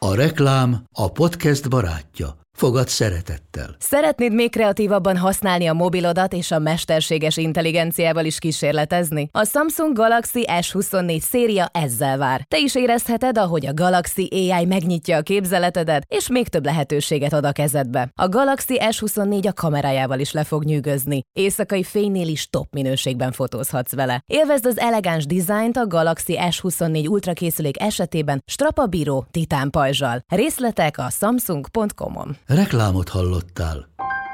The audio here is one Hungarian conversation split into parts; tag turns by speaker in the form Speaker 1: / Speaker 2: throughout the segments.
Speaker 1: A reklám a podcast barátja. Fogad szeretettel.
Speaker 2: Szeretnéd még kreatívabban használni a mobilodat és a mesterséges intelligenciával is kísérletezni? A Samsung Galaxy S24 széria ezzel vár. Te is érezheted, ahogy a Galaxy AI megnyitja a képzeletedet, és még több lehetőséget ad a kezedbe. A Galaxy S24 a kamerájával is le fog nyűgözni. Éjszakai fénynél is top minőségben fotózhatsz vele. Élvezd az elegáns dizájnt a Galaxy S24 Ultra készülék esetében strapabíró titán pajzsal. Részletek a samsung.com-on.
Speaker 1: Reklámot hallottál.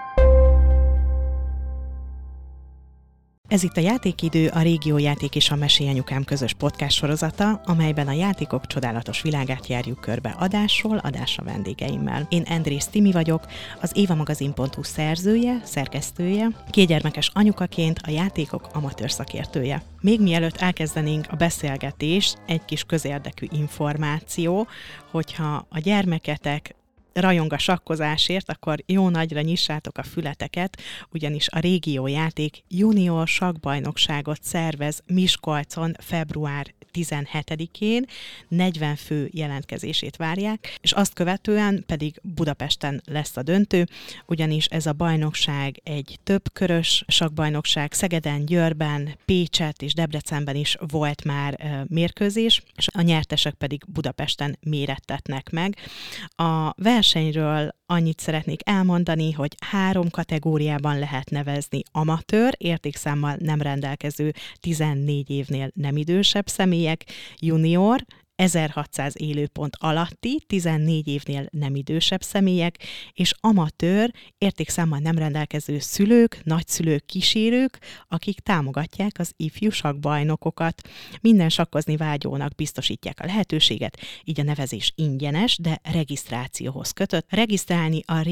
Speaker 3: Ez itt a Játékidő, a Régiójáték és a Mesélyanyukám közös podcast sorozata, amelyben a játékok csodálatos világát járjuk körbe adásról adásra vendégeimmel. Én Andrész Timi vagyok, az évamagazin.hu szerzője, szerkesztője, kétgyermekes anyukaként a játékok amatőr szakértője. Még mielőtt elkezdenénk a beszélgetést, egy kis közérdekű információ, hogyha a gyermeketek rajong a sakkozásért, akkor jó nagyra nyissátok a fületeket, ugyanis a Régiójáték junior sakkbajnokságot szervez Miskolcon február 17-én, 40 fő jelentkezését várják, és azt követően pedig Budapesten lesz a döntő, ugyanis ez a bajnokság egy többkörös sakkbajnokság, Szegeden, Győrben, Pécset és Debrecenben is volt már mérkőzés, és a nyertesek pedig Budapesten mérettetnek meg. A versenyről annyit szeretnék elmondani, hogy 3 kategóriában lehet nevezni: amatőr, értékszámmal nem rendelkező 14 évnél nem idősebb személyek, junior, 1600 élőpont alatti, 14 évnél nem idősebb személyek, és amatőr, értékszámmal nem rendelkező szülők, nagyszülők, kísérők, akik támogatják az ifjú sakkbajnokokat. Minden sakkozni vágyónak biztosítják a lehetőséget, így a nevezés ingyenes, de regisztrációhoz kötött. Regisztrálni a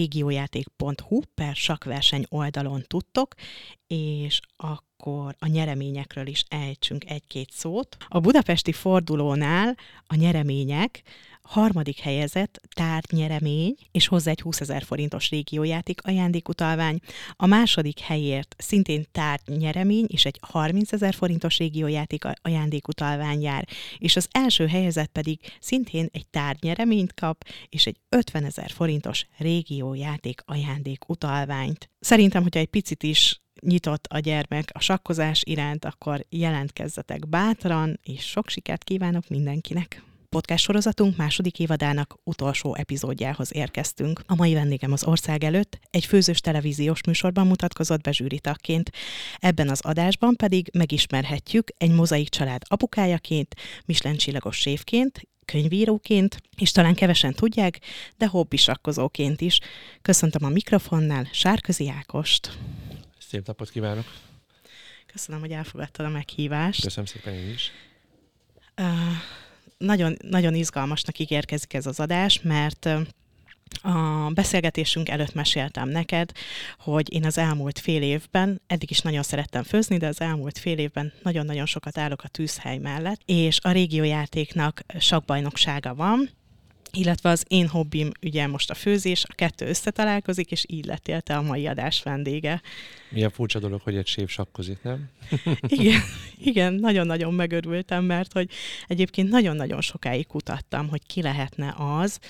Speaker 3: régiójáték.hu/sakkverseny oldalon tudtok, és akkor a nyereményekről is ejtsünk egy-két szót. A budapesti fordulónál a nyeremények: harmadik helyezett tárgynyeremény, és hozzá egy 20 000 forintos régiójáték ajándékutalvány. A második helyért szintén tárgynyeremény, és egy 30 000 forintos régiójáték ajándékutalvány jár, és az első helyezett pedig szintén egy tárgynyereményt kap, és egy 50 000 forintos régiójáték ajándékutalványt. Szerintem, hogyha egy picit is nyitott a gyermek a sakkozás iránt, akkor jelentkezzetek bátran, és sok sikert kívánok mindenkinek! Podcast sorozatunk második évadának utolsó epizódjához érkeztünk. A mai vendégem az ország előtt egy főzős televíziós műsorban mutatkozott be zsűritagként. Ebben az adásban pedig megismerhetjük egy mozaik család apukájaként, Michelin-csillagos séfként, könyvíróként, és talán kevesen tudják, de hobbisakkozóként is. Köszöntöm a mikrofonnál Sárközi Ágost.
Speaker 4: Szép napot kívánok!
Speaker 3: Köszönöm, hogy elfogadtad a meghívást.
Speaker 4: Köszönöm szépen én is.
Speaker 3: Nagyon, nagyon izgalmasnak ígérkezik ez az adás, mert a beszélgetésünk előtt meséltem neked, hogy én az elmúlt fél évben, eddig is nagyon szerettem főzni, de az elmúlt fél évben nagyon-nagyon sokat állok a tűzhely mellett, és a régiójátéknak sakkbajnoksága van, illetve az én hobbim ugye most a főzés, a kettő összetalálkozik, és így lettél te a mai adás vendége.
Speaker 4: Milyen furcsa dolog, hogy egy séf sakkozik, nem?
Speaker 3: Igen, nagyon-nagyon megörültem, mert hogy egyébként nagyon-nagyon sokáig kutattam, hogy ki lehetne az,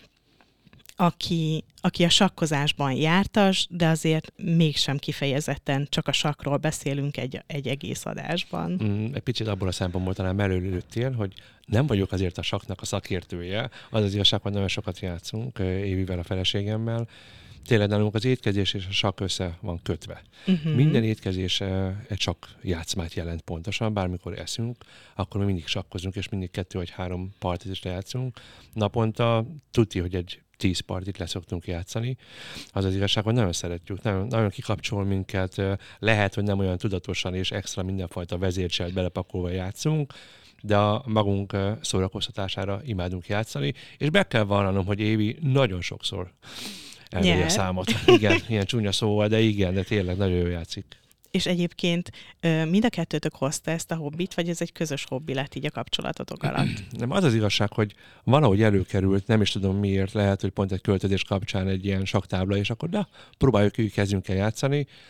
Speaker 3: aki a sakkozásban jártas, de azért mégsem kifejezetten csak a sakkról beszélünk egy egész adásban.
Speaker 4: Egy picit abból a szempontból talán mellőlőttél, hogy nem vagyok azért a sakknak a szakértője. Az az igazság, hogy nagyon sokat játszunk Évivel, a feleségemmel. Tényleg nálunk az étkezés és a sakk össze van kötve. Minden étkezés egy sakk játszmát jelent pontosan, bármikor eszünk, akkor mi mindig sakkozunk, és mindig 2 vagy 3 partit is lejátszunk. Naponta tuti, hogy egy 10 partit leszoktunk játszani. Az az igazság, hogy nagyon szeretjük, nagyon kikapcsol minket, lehet, hogy nem olyan tudatosan és extra mindenfajta vezércselt belepakolva játszunk, de a magunk szórakoztatására imádunk játszani, és be kell vallanom, hogy Évi nagyon sokszor elveri a számot. Igen, ilyen csúnya szóval, de igen, de tényleg nagyon jól játszik.
Speaker 3: És egyébként mind a kettőtök hozta ezt a hobbit, vagy ez egy közös hobbi lett így a kapcsolatotok alatt?
Speaker 4: Nem, az az igazság, hogy valahogy előkerült, nem is tudom miért, lehet, hogy pont egy költözés kapcsán egy ilyen sakktábla, és akkor próbáljuk, kezdjünk el játszani.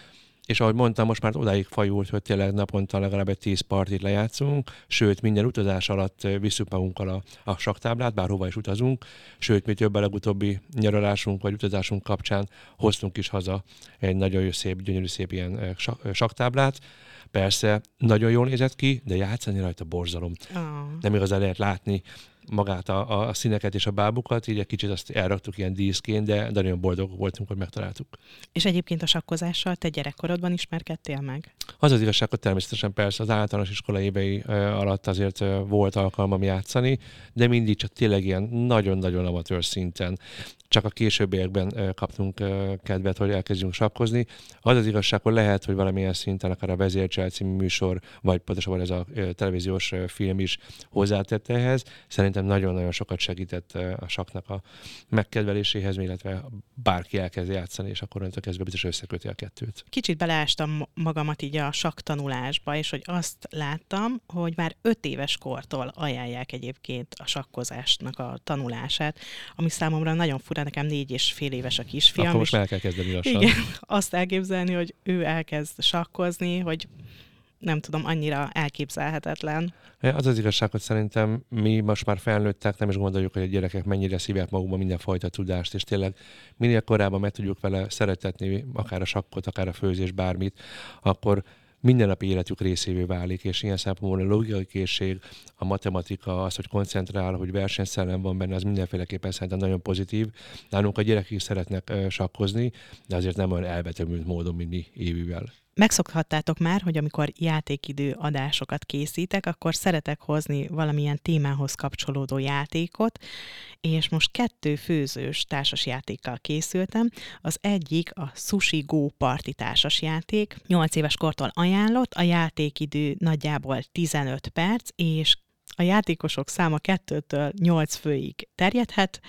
Speaker 4: és ahogy mondtam, most már odáig fajult, hogy tényleg naponta legalább egy 10 partit lejátszunk, sőt, minden utazás alatt visszük magunkkal a sakktáblát, bárhova is utazunk, sőt, mi több a legutóbbi nyaralásunk vagy utazásunk kapcsán hoztunk is haza egy nagyon szép, gyönyörű szép ilyen sakktáblát. Persze, nagyon jól nézett ki, de játszani rajta borzalom. Nem igazán lehet látni magát a színeket és a bábukat, így egy kicsit azt elraktuk ilyen díszként, de nagyon boldogok voltunk, hogy megtaláltuk.
Speaker 3: És egyébként a sakkozással te gyerekkorodban ismerkedtél meg?
Speaker 4: Az az igazság, hogy természetesen persze az általános iskola évei alatt azért volt alkalmam játszani, de mindig csak tényleg ilyen nagyon-nagyon amatőr szinten. Csak a későbbiekben kaptunk kedvet, hogy elkezdjünk sakkozni. Az az igazság, hogy lehet, hogy valamilyen szinten akár a Vezércsel című műsor, vagy pontosabban ez a televíziós film is hozzátett ehhez. Szerintem nagyon-nagyon sokat segített a sakknak a megkedveléséhez, illetve bárki elkezd játszani, és akkor öntől kezdve biztos összeköti a kettőt.
Speaker 3: Kicsit beleástam magamat így a sakktanulásba, és hogy azt láttam, hogy már 5 éves kortól ajánlják egyébként a sakkozásnak a tanulását, ami számomra nagyon fura, nekem 4,5 éves a kisfiam.
Speaker 4: Akkor most már el kell kezdeni lassan.
Speaker 3: Igen, azt elképzelni, hogy ő elkezd sakkozni, hogy nem tudom, annyira elképzelhetetlen.
Speaker 4: Az az igazság, hogy szerintem mi most már felnőttek, nem is gondoljuk, hogy a gyerekek mennyire szívják magukba mindenfajta tudást, és tényleg minél korábban meg tudjuk vele szeretetni, akár a sakkot, akár a főzés, bármit, akkor mindennapi életük részévé válik, és ilyen szempontból a logikai készség, a matematika, az, hogy koncentrál, hogy versenyszellem van benne, az mindenféleképpen szerintem nagyon pozitív. Nálunk a gyerekek is szeretnek sakkozni, de azért nem olyan elvetemült módon, mint mi Évivel.
Speaker 3: Megszokhattátok már, hogy amikor játékidő adásokat készítek, akkor szeretek hozni valamilyen témához kapcsolódó játékot, és most 2 főzős társasjátékkal készültem. Az egyik a Sushi Go Party társasjáték, 8 éves kortól ajánlott, a játékidő nagyjából 15 perc, és a játékosok száma 2-től 8 főig terjedhet,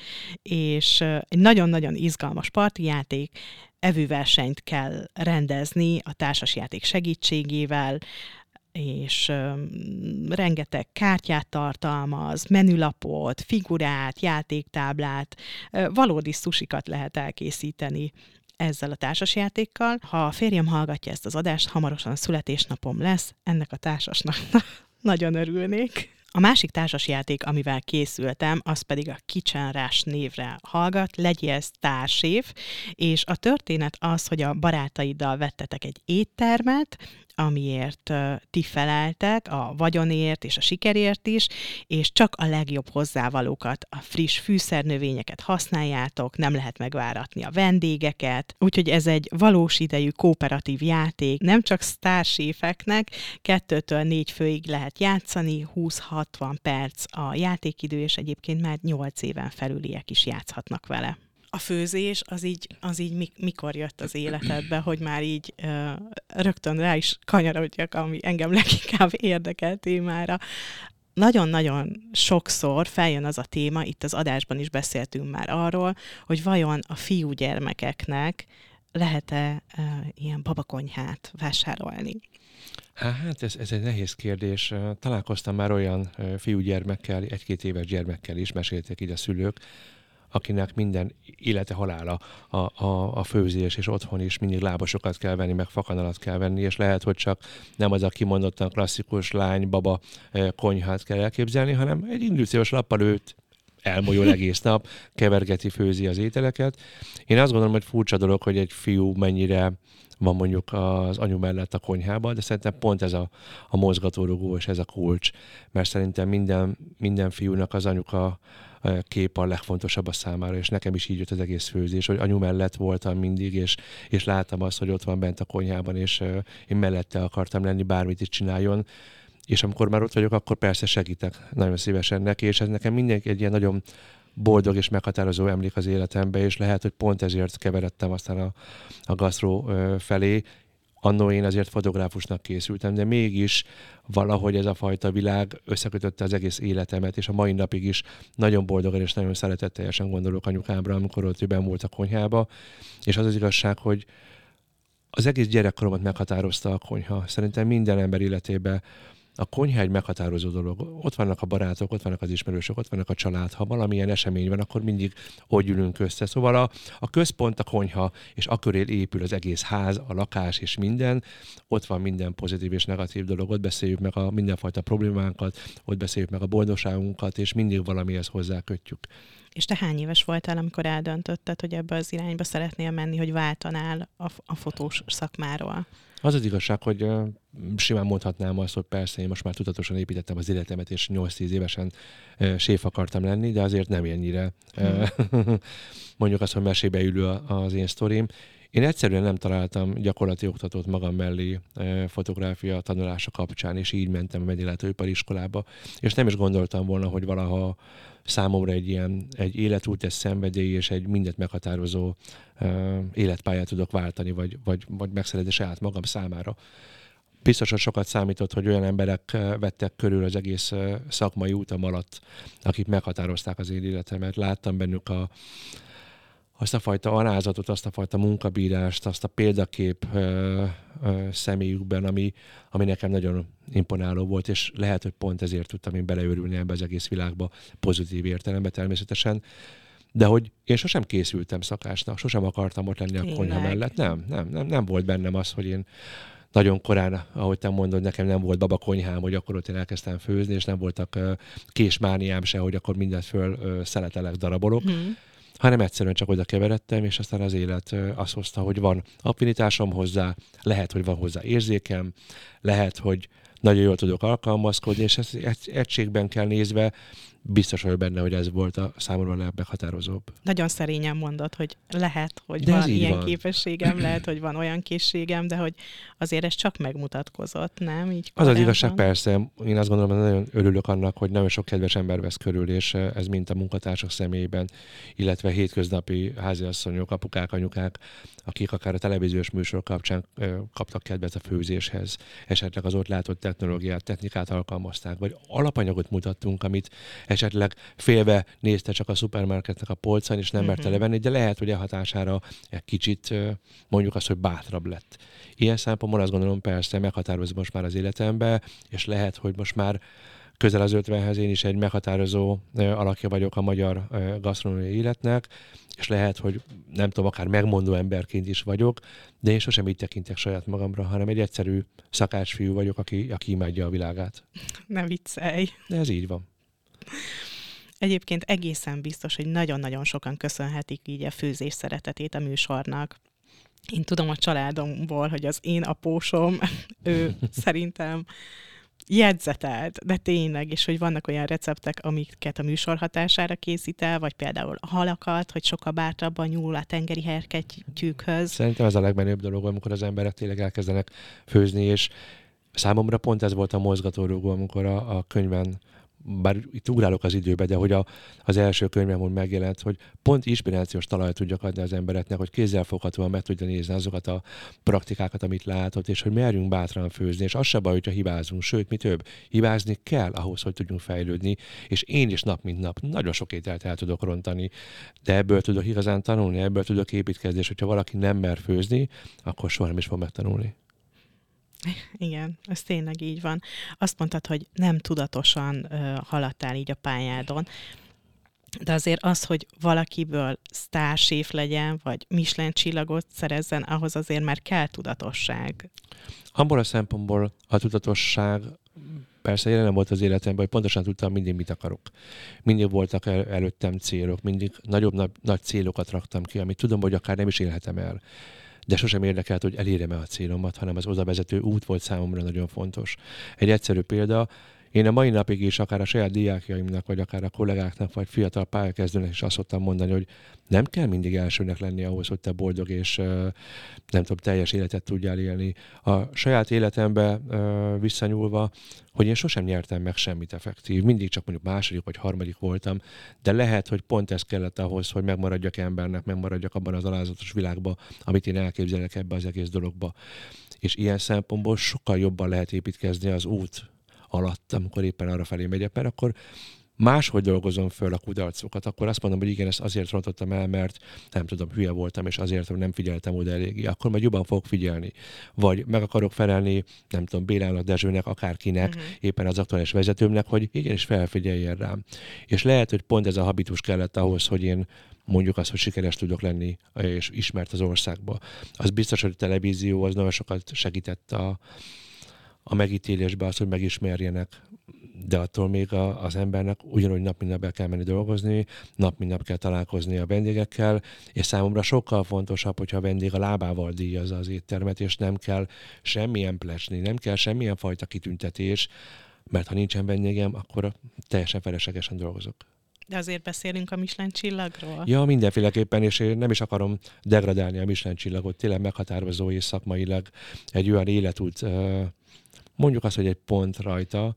Speaker 3: és egy nagyon-nagyon izgalmas partijáték, evőversenyt kell rendezni a társasjáték segítségével, és rengeteg kártyát tartalmaz, menülapot, figurát, játéktáblát, valódi sushikat lehet elkészíteni ezzel a társasjátékkal. Ha a férjem hallgatja ezt az adást, hamarosan születésnapom lesz, ennek a társasnak nagyon örülnék. A másik társasjáték, amivel készültem, az pedig a Kitchen Rush névre hallgat, legyél sztárséf, és a történet az, hogy a barátaiddal vettetek egy éttermet, amiért ti feleltek, a vagyonért és a sikerért is, és csak a legjobb hozzávalókat, a friss fűszernövényeket használjátok, nem lehet megváratni a vendégeket, úgyhogy ez egy valós idejű kooperatív játék, nem csak sztárséfeknek, 2-től 4 főig lehet játszani, 20-60 perc a játékidő, és egyébként már 8 éven felüliek is játszhatnak vele. A főzés az így mikor jött az életedbe, hogy már így rögtön rá is kanyarodjak, ami engem leginkább érdekel témára. Nagyon-nagyon sokszor feljön az a téma, itt az adásban is beszéltünk már arról, hogy vajon a fiúgyermekeknek lehet-e ilyen babakonyhát vásárolni?
Speaker 4: Hát ez egy nehéz kérdés. Találkoztam már olyan fiúgyermekkel, 1-2 éves gyermekkel is, mesélték így a szülők, akinek minden élete halála a főzés, és otthon is mindig lábasokat kell venni, meg fakanalat kell venni, és lehet, hogy csak nem az a kimondottan klasszikus lány-baba konyhát kell elképzelni, hanem egy indukciós lappal őt elmolyol egész nap, kevergeti, főzi az ételeket. Én azt gondolom, hogy furcsa dolog, hogy egy fiú mennyire van mondjuk az anyu mellett a konyhában, de szerintem pont ez a mozgatórugó, és ez a kulcs, mert szerintem minden fiúnak az anyuka kép a legfontosabb a számára, és nekem is így jött az egész főzés, hogy anyu mellett voltam mindig, és láttam azt, hogy ott van bent a konyhában, és én mellette akartam lenni, bármit is csináljon, és amikor már ott vagyok, akkor persze segítek nagyon szívesen neki, és ez nekem mindenki egy ilyen nagyon boldog és meghatározó emlék az életembe, és lehet, hogy pont ezért keveredtem aztán a gasztró felé. Annó én azért fotográfusnak készültem, de mégis valahogy ez a fajta világ összekötötte az egész életemet, és a mai napig is nagyon boldogan és nagyon szeretetteljesen gondolok anyukámra, amikor ott benn volt a konyhába, és az az igazság, hogy az egész gyerekkoromat meghatározta a konyha. Szerintem minden ember életében a konyha egy meghatározó dolog. Ott vannak a barátok, ott vannak az ismerősök, ott vannak a család. Ha valamilyen esemény van, akkor mindig hogy ülünk össze. Szóval a központ a konyha, és aköré épül az egész ház, a lakás és minden. Ott van minden pozitív és negatív dolog. Ott beszéljük meg a mindenfajta problémánkat, ott beszéljük meg a boldogságunkat, és mindig valamihez hozzákötjük.
Speaker 3: És te hány éves voltál, amikor eldöntötted, hogy ebbe az irányba szeretnél menni, hogy váltanál a fotós szakmáról?
Speaker 4: Az az igazság, hogy simán mondhatnám azt, hogy persze én most már tudatosan építettem az életemet, és 8-10 évesen séf akartam lenni, de azért nem ennyire. Mondjuk azt, hogy mesébe ülő az én sztorim. Én egyszerűen nem találtam gyakorlati oktatót magam mellé fotográfia tanulása kapcsán, és így mentem a vendéglátóipari iskolába, és nem is gondoltam volna, hogy valaha számomra egy életút, egy szenvedély és egy mindent meghatározó életpályát tudok váltani, vagy megszerezni saját magam számára. Biztos, hogy sokat számított, hogy olyan emberek vettek körül az egész szakmai útam alatt, akik meghatározták az én életemet. Láttam bennük azt a fajta alázatot, azt a fajta munkabírást, azt a példakép személyükben, ami nekem nagyon imponáló volt, és lehet, hogy pont ezért tudtam én beleőrülni ebbe az egész világba, pozitív értelemben természetesen. De hogy én sosem készültem szakásnak, sosem akartam ott lenni a konyha mellett. Nem volt bennem az, hogy én nagyon korán, ahogy te mondod, nekem nem volt babakonyhám, hogy akkor ott én elkezdtem főzni, és nem voltak késmániám se, hogy akkor mindent föl szeletelek, darabolok. Hanem egyszerűen csak oda keveredtem, és aztán az élet azt hozta, hogy van affinitásom hozzá, lehet, hogy van hozzá érzékem, lehet, hogy nagyon jól tudok alkalmazkodni, és ezt egységben kell nézve, biztos vagyok benne, hogy ez volt a számomra legmeghatározóbb.
Speaker 3: Nagyon szerényen mondod, hogy lehet, hogy de van ilyen képességem, lehet, hogy van olyan készségem, de hogy azért ez csak megmutatkozott, nem? Így
Speaker 4: az az igazság, persze. Én azt gondolom, hogy nagyon örülök annak, hogy nagyon sok kedves ember vesz körül, és ez mind a munkatársak személyében, illetve hétköznapi háziasszonyok, apukák, anyukák, akik akár a televíziós műsor kapcsán kaptak kedvet a főzéshez, esetleg az ott látott technológiát, technikát alkalmazták, vagy alapanyagot mutattunk, amit esetleg félve nézte csak a szupermarketnek a polcán, és nem merte levenni, de lehet, hogy a hatására egy kicsit mondjuk azt, hogy bátrabb lett. Ilyen szempontból azt gondolom, persze meghatározza most már az életembe, és lehet, hogy most már közel az 50-hez én is egy meghatározó alakja vagyok a magyar gasztronómiai életnek, és lehet, hogy nem tudom, akár megmondó emberként is vagyok, de én sosem így tekintek saját magamra, hanem egy egyszerű szakácsfiú vagyok, aki imádja a világát.
Speaker 3: Ne viccelj!
Speaker 4: De ez így van.
Speaker 3: Egyébként egészen biztos, hogy nagyon-nagyon sokan köszönhetik így a főzés szeretetét a műsornak. Én tudom a családomból, hogy az én apósom, ő szerintem jegyzetelt, de tényleg, és hogy vannak olyan receptek, amiket a műsor hatására készít el, vagy például a halakat, hogy sokkal bátrabban nyúl a tengeri herkettyűkhöz.
Speaker 4: Szerintem ez a legmenőbb dolog, amikor az emberek tényleg elkezdenek főzni, és számomra pont ez volt a mozgatórugó, amikor a könyvben, bár itt ugrálok az időbe, de hogy az első könyvem úgy megjelent, hogy pont inspirációs talajt tudjak adni az embereknek, hogy kézzelfoghatóan meg tudja nézni azokat a praktikákat, amit látott, és hogy merjünk bátran főzni, és az se baj, hogyha hibázunk, sőt, mi több, hibázni kell ahhoz, hogy tudjunk fejlődni, és én is nap mint nap nagyon sok ételt el tudok rontani, de ebből tudok igazán tanulni, ebből tudok építkezni, és hogyha valaki nem mer főzni, akkor soha nem is fog megtanulni.
Speaker 3: Igen, ez tényleg így van. Azt mondtad, hogy nem tudatosan haladtál így a pályádon, de azért az, hogy valakiből sztárséf legyen, vagy Michelin csillagot szerezzen, ahhoz azért már kell tudatosság.
Speaker 4: Abból a szempontból a tudatosság persze jelen volt az életemben, hogy pontosan tudtam mindig, mit akarok. Mindig voltak előttem célok, mindig nagy célokat raktam ki, amit tudom, hogy akár nem is élhetem el. De sosem érdekelt, hogy elérjem-e a célomat, hanem az oda vezető út volt számomra nagyon fontos. Egy egyszerű példa, én a mai napig is akár a saját diákjaimnak, vagy akár a kollégáknak, vagy fiatal pályakezdőnek is azt szoktam mondani, hogy nem kell mindig elsőnek lenni ahhoz, hogy te boldog és nem tudom, teljes életet tudjál élni. A saját életembe visszanyúlva, hogy én sosem nyertem meg semmit effektív, mindig csak mondjuk második vagy harmadik voltam, de lehet, hogy pont ez kellett ahhoz, hogy megmaradjak embernek, megmaradjak abban az alázatos világban, amit én elképzelek ebbe az egész dologba. És ilyen szempontból sokkal jobban lehet építkezni az út alatt, amikor éppen arra felé megyek, mert akkor máshogy dolgozom föl a kudarcokat, akkor azt mondom, hogy igen, ezt azért rontottam el, mert nem tudom, hülye voltam, és azért nem figyeltem oda eléggé. Akkor majd jobban fogok figyelni. Vagy meg akarok felelni, nem tudom, Bélának, Dezsőnek, akárkinek, éppen az aktuális vezetőmnek, hogy igenis felfigyeljen rám. És lehet, hogy pont ez a habitus kellett ahhoz, hogy én mondjuk azt, hogy sikeres tudok lenni, és ismert az országba. Az biztos, hogy a televízió az nagyon sokat segített a megítélésbe, az, hogy megismerjenek, de attól még az embernek ugyanúgy nap mint nap el kell menni dolgozni, nap mint nap kell találkozni a vendégekkel, és számomra sokkal fontosabb, hogyha a vendég a lábával díjazza az éttermet, és nem kell semmilyen plecsni, nem kell semmilyen fajta kitüntetés, mert ha nincsen vendégem, akkor teljesen feleslegesen dolgozok.
Speaker 3: De azért beszélünk a Michelin csillagról?
Speaker 4: Ja, mindenféleképpen, és én nem is akarom degradálni a Michelin csillagot, tényleg meghatározó és szakmailag egy olyan életút, mondjuk azt, hogy egy pont rajta,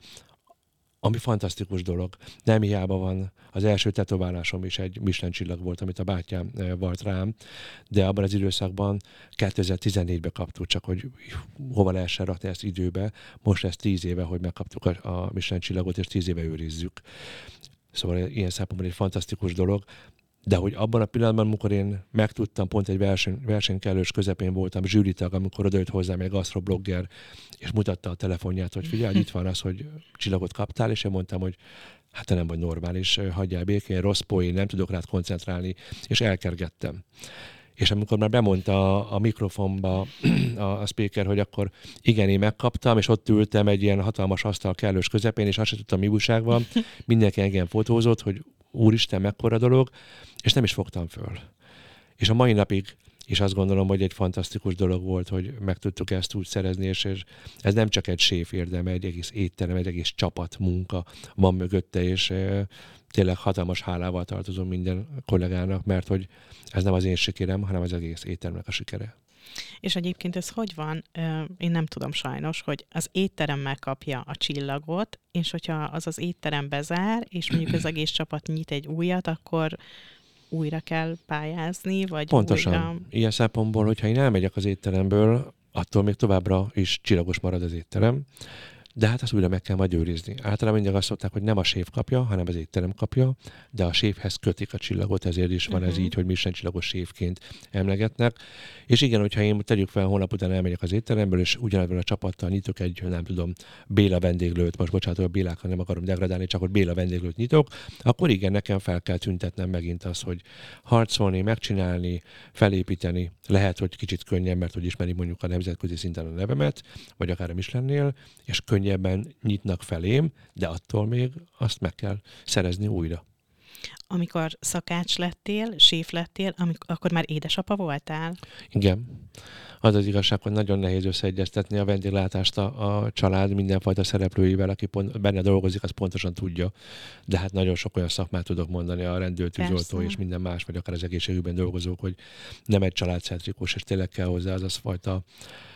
Speaker 4: ami fantasztikus dolog. Nem hiába van, az első tetoválásom is egy Michelin csillag volt, amit a bátyám vart rám, de abban az időszakban 2014-ben kaptuk, csak hogy hova lehessen rakni ezt időbe. Most lesz 10 éve, hogy megkaptuk a Michelin csillagot, és 10 éve őrizzük. Szóval ilyen szempontból egy fantasztikus dolog, de hogy abban a pillanatban, amikor én megtudtam, pont egy verseny kellős közepén voltam, zsűritag, amikor odajött hozzám egy gasztroblogger, és mutatta a telefonját, hogy figyelj, itt van az, hogy csillagot kaptál, és én mondtam, hogy hát te nem vagy normális, hagyjál békén, rossz poén, nem tudok rád koncentrálni, és elkergettem. És amikor már bemondta a mikrofonba a speaker, hogy akkor igen, én megkaptam, és ott ültem egy ilyen hatalmas asztal kellős közepén, és azt sem tudtam, mi újság van. Mindenki engem fotózott, hogy úristen, mekkora dolog, és nem is fogtam föl. És a mai napig is azt gondolom, hogy egy fantasztikus dolog volt, hogy meg tudtuk ezt úgy szerezni, és ez nem csak egy séf érdeme, egy egész étterem, egy egész csapat munka van mögötte, és tényleg hatalmas hálával tartozom minden kollégának, mert hogy ez nem az én sikerem, hanem az egész étteremnek a sikere.
Speaker 3: És egyébként ez hogy van? Én nem tudom sajnos, hogy az étterem megkapja a csillagot, és hogyha az étterem bezár, és mondjuk az egész csapat nyit egy újat, akkor újra kell pályázni, vagy
Speaker 4: pontosan.
Speaker 3: Újra...
Speaker 4: Ilyen szempontból, hogyha én elmegyek az étteremből, attól még továbbra is csillagos marad az étterem, de hát azt újra meg kell majd őrizni. Általában mindig azt szokták, hogy nem a séf kapja, hanem az étterem kapja, de a séfhez kötik a csillagot, ezért is van ez így, hogy Michelin csillagos séfként emlegetnek. És igen, hogyha én tegyük fel, holnap után elmegyek az étteremből, és ugyanebben a csapattal nyitok egy, nem tudom, Béla vendéglőt, most bocsánat, a Bélákkal nem akarom degradálni, csak hogy Béla vendéglőt nyitok, akkor igen, nekem fel kell tüntetnem megint az, hogy harcolni, megcsinálni, felépíteni. Lehet, hogy kicsit könnyebb, mert hogy ismeri mondjuk a nemzetközi szinten a nevemet, vagy akár a Michelinnél, és könnyebben nyitnak felém, de attól még azt meg kell szerezni újra.
Speaker 3: Amikor szakács lettél, séf lettél, akkor már édesapa voltál?
Speaker 4: Igen. Az az igazság, hogy nagyon nehéz összeegyeztetni a vendéglátást a család mindenfajta szereplőivel, aki benne dolgozik, az pontosan tudja. De hát nagyon sok olyan szakmát tudok mondani, a rendőr, tűzoltó és minden más, vagy akár az egészségügyben dolgozók, hogy nem egy családcentrikus, és tényleg kell hozzá az fajta,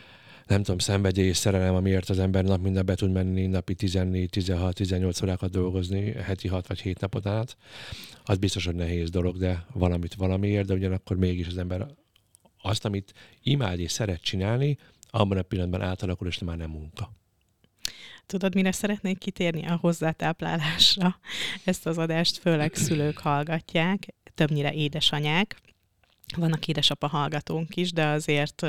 Speaker 4: nem tudom, szenvedély és szerelem, amiért az ember nap minden be tud menni, napi 14, 16, 18 órákat dolgozni, heti 6 vagy 7 napot át. Az biztos, hogy nehéz dolog, de valamit valamiért, de ugyanakkor mégis az ember azt, amit imád és szeret csinálni, abban a pillanatban átalakul, és már nem munka.
Speaker 3: Tudod, mire szeretnék kitérni? A hozzátáplálásra. Ezt az adást főleg szülők hallgatják, többnyire édesanyák. Vannak édesapa hallgatónk is, de azért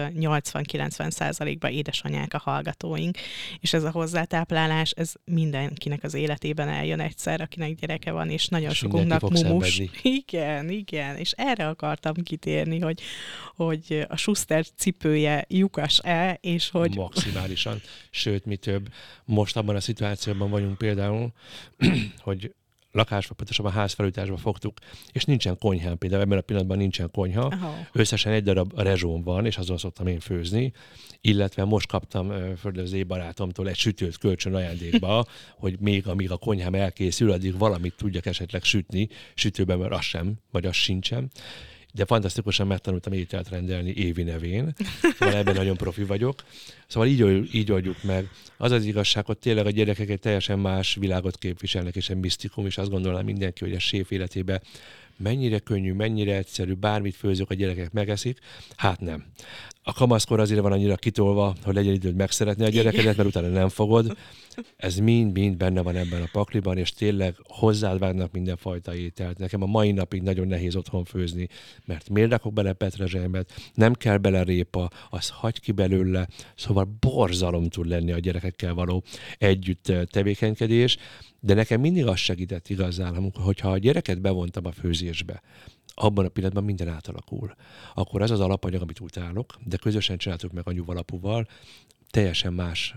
Speaker 3: 80-90%-ban édesanyák a hallgatóink, és ez a hozzátáplálás, ez mindenkinek az életében eljön egyszer, akinek gyereke van, és nagyon sokunknak mumus. Igen, és erre akartam kitérni, hogy a Schuster cipője lyukas-e, és hogy...
Speaker 4: Maximálisan, sőt, mi több. Most abban a szituációban vagyunk például, hogy lakásba, pontosabban házfelújításba fogtuk, és nincsen konyhán, például ebben a pillanatban nincsen konyha.
Speaker 3: Oh.
Speaker 4: Összesen egy darab rezsóm van, és azon szoktam én főzni, illetve most kaptam földöző barátomtól egy sütőt kölcsön ajándékba, hogy még amíg a konyhám elkészül, addig valamit tudjak esetleg sütni sütőben, mert az sem, vagy az sincsen. De fantasztikusan megtanultam ételt rendelni Évi nevén, szóval ebben nagyon profi vagyok. Szóval így oldjuk meg. Az az igazság, hogy tényleg a gyerekek egy teljesen más világot képviselnek, és egy misztikum, és azt gondolom mindenki, hogy a séf életében mennyire könnyű, mennyire egyszerű, bármit főzök, a gyerekek megeszik. Hát nem. A kamaszkor azért van annyira kitolva, hogy legyen időd megszeretni a gyerekedet, mert utána nem fogod. Ez mind benne van ebben a pakliban, és tényleg hozzád várnak mindenfajta ételt. Nekem a mai napig nagyon nehéz otthon főzni, mert miért rakok bele petrezselymet, nem kell bele répa, azt hagy ki belőle, szóval borzalom tud lenni a gyerekekkel való együtt tevékenykedés, de nekem mindig az segített igazán, hogyha a gyereket bevontam a főzésbe, abban a pillanatban minden átalakul. Akkor ez az alapanyag, amit utálok, de közösen csináltuk meg anyuval, apuval, teljesen más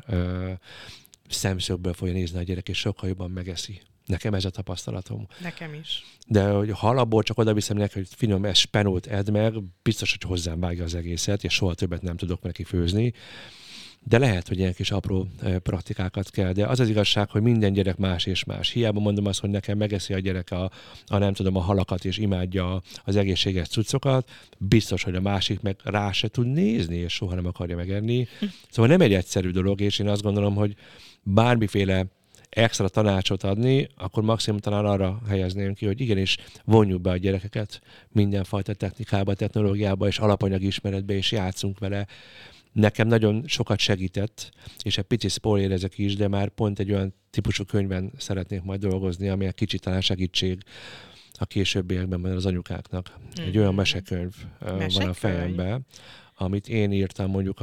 Speaker 4: szemszögből fogja nézni a gyerek, és sokkal jobban megeszi. Nekem ez a tapasztalatom.
Speaker 3: Nekem is.
Speaker 4: De hogy halabból csak oda viszem neki, hogy finom, ez spenót edd meg, biztos, hogy hozzám vágja az egészet, és soha többet nem tudok neki főzni. De lehet, hogy ilyen kis apró praktikákat kell, de az az igazság, hogy minden gyerek más és más. Hiába mondom azt, hogy nekem megeszi a gyerek a nem tudom, a halakat, és imádja az egészséges cuccokat, biztos, hogy a másik meg rá se tud nézni, és soha nem akarja megenni. Szóval nem egy egyszerű dolog, és én azt gondolom, hogy bármiféle extra tanácsot adni, akkor maximum talán arra helyezném ki, hogy igenis vonjuk be a gyerekeket mindenfajta technikába, technológiába és alapanyag ismeretbe, és játszunk vele. Nekem nagyon sokat segített, és egy pici spoilerezek is, de már pont egy olyan típusú könyvben szeretnék majd dolgozni, ami egy kicsit talán segítség a későbbiekben az anyukáknak. Egy olyan mesekönyv van a fejemben, amit én írtam mondjuk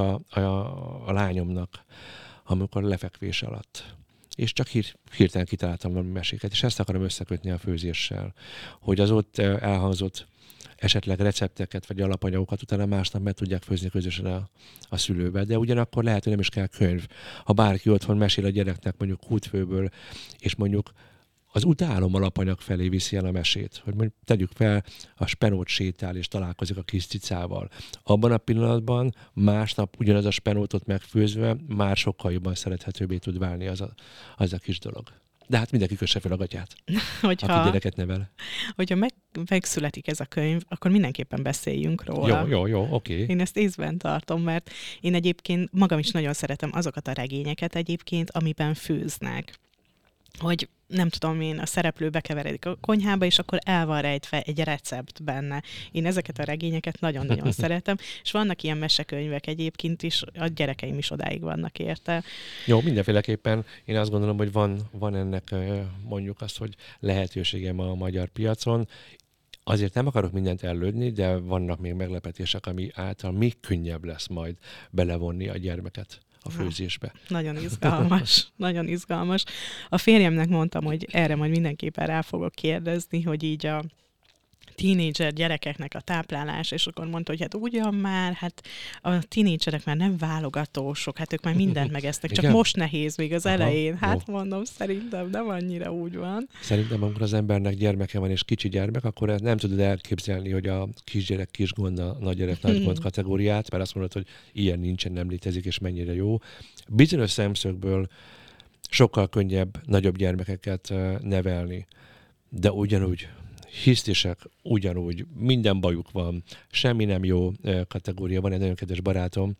Speaker 4: a lányomnak, amikor lefekvés alatt. És csak hirtelen kitaláltam valami meséket, és ezt akarom összekötni a főzéssel, hogy az ott elhangzott esetleg recepteket vagy alapanyagokat utána másnap meg tudják főzni közösen a szülővel. De ugyanakkor lehet, hogy nem is kell könyv. Ha bárki otthon mesél a gyereknek mondjuk kútfőből, és mondjuk az utálom alapanyag felé viszi el a mesét, hogy mondjuk tegyük fel, a spenót sétál és találkozik a kis cicával. Abban a pillanatban másnap ugyanaz a spenótot megfőzve már sokkal jobban szerethetőbbé tud válni az a kis dolog. De hát mindenki kösse fel a gatyát, aki gyereket nevel.
Speaker 3: Hogyha megszületik ez a könyv, akkor mindenképpen beszéljünk róla.
Speaker 4: Jó, oké.
Speaker 3: Én ezt észben tartom, mert én egyébként magam is nagyon szeretem azokat a regényeket egyébként, amiben főznek. Hogy nem tudom én, a szereplő bekeveredik a konyhába, és akkor el van rejtve egy recept benne. Én ezeket a regényeket nagyon-nagyon szeretem, és vannak ilyen mesekönyvek egyébként is, a gyerekeim is odáig vannak érte.
Speaker 4: Jó, mindenféleképpen én azt gondolom, hogy van ennek mondjuk azt, hogy lehetőségem a magyar piacon. Azért nem akarok mindent ellődni, de vannak még meglepetések, ami által még könnyebb lesz majd belevonni a gyermeket a főzésbe.
Speaker 3: Nagyon izgalmas, nagyon izgalmas. A férjemnek mondtam, hogy erre majd mindenképpen rá fogok kérdezni, hogy így a tínédzser gyerekeknek a táplálás, és akkor mondta, hogy hát ugyan már, hát a tínédzserek már nem válogatósok, hát ők már mindent megesznek, csak most nehéz még az elején. Hát mondom, szerintem nem annyira úgy van.
Speaker 4: Szerintem, amikor az embernek gyermeke van és kicsi gyermek, akkor nem tudod elképzelni, hogy a kisgyerek kis gond, a nagygyerek nagy gond kategóriát, mert azt mondod, hogy ilyen nincsen, nem létezik, és mennyire jó. Bizonyos szemszögből sokkal könnyebb nagyobb gyermekeket nevelni, de ugyanúgy hisztisek, ugyanúgy, minden bajuk van, semmi nem jó kategória. Van egy nagyon kedves barátom,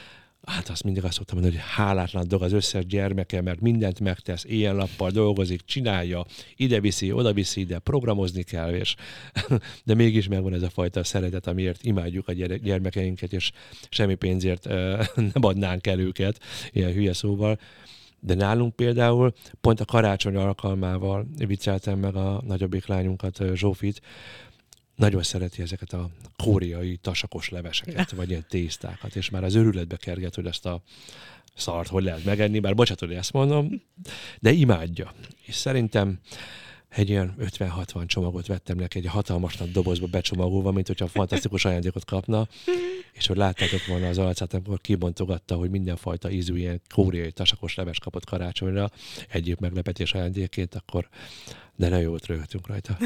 Speaker 4: hát azt mindig azt szoktam mondani, hogy hálátlan dolog az összes gyermeke, mert mindent megtesz, éjjel-nappal dolgozik, csinálja, ide viszi, oda viszi, de programozni kell, és de mégis megvan ez a fajta szeretet, amiért imádjuk a gyermekeinket, és semmi pénzért nem adnánk el őket, ilyen hülye szóval. De nálunk például pont a karácsony alkalmával vicceltem meg a nagyobbik lányunkat, Zsófit, nagyon szereti ezeket a koreai tasakos leveseket, vagy ilyen tésztákat, és már az őrületbe kerget, hogy ezt a szart hogy lehet megenni, bár bocsánat, hogy ezt mondom, de imádja. És szerintem egy ilyen 50-60 csomagot vettem neki, egy hatalmas nagy dobozba becsomagolva, mint hogyha fantasztikus ajándékot kapna, és hogy láttátok volna az arcát, amikor kibontogatta, hogy mindenfajta ízű ilyen koreai tasakos leves kapott karácsonyra, egyéb meglepetés ajándékként, akkor de nagyon jót röhögtünk rajta.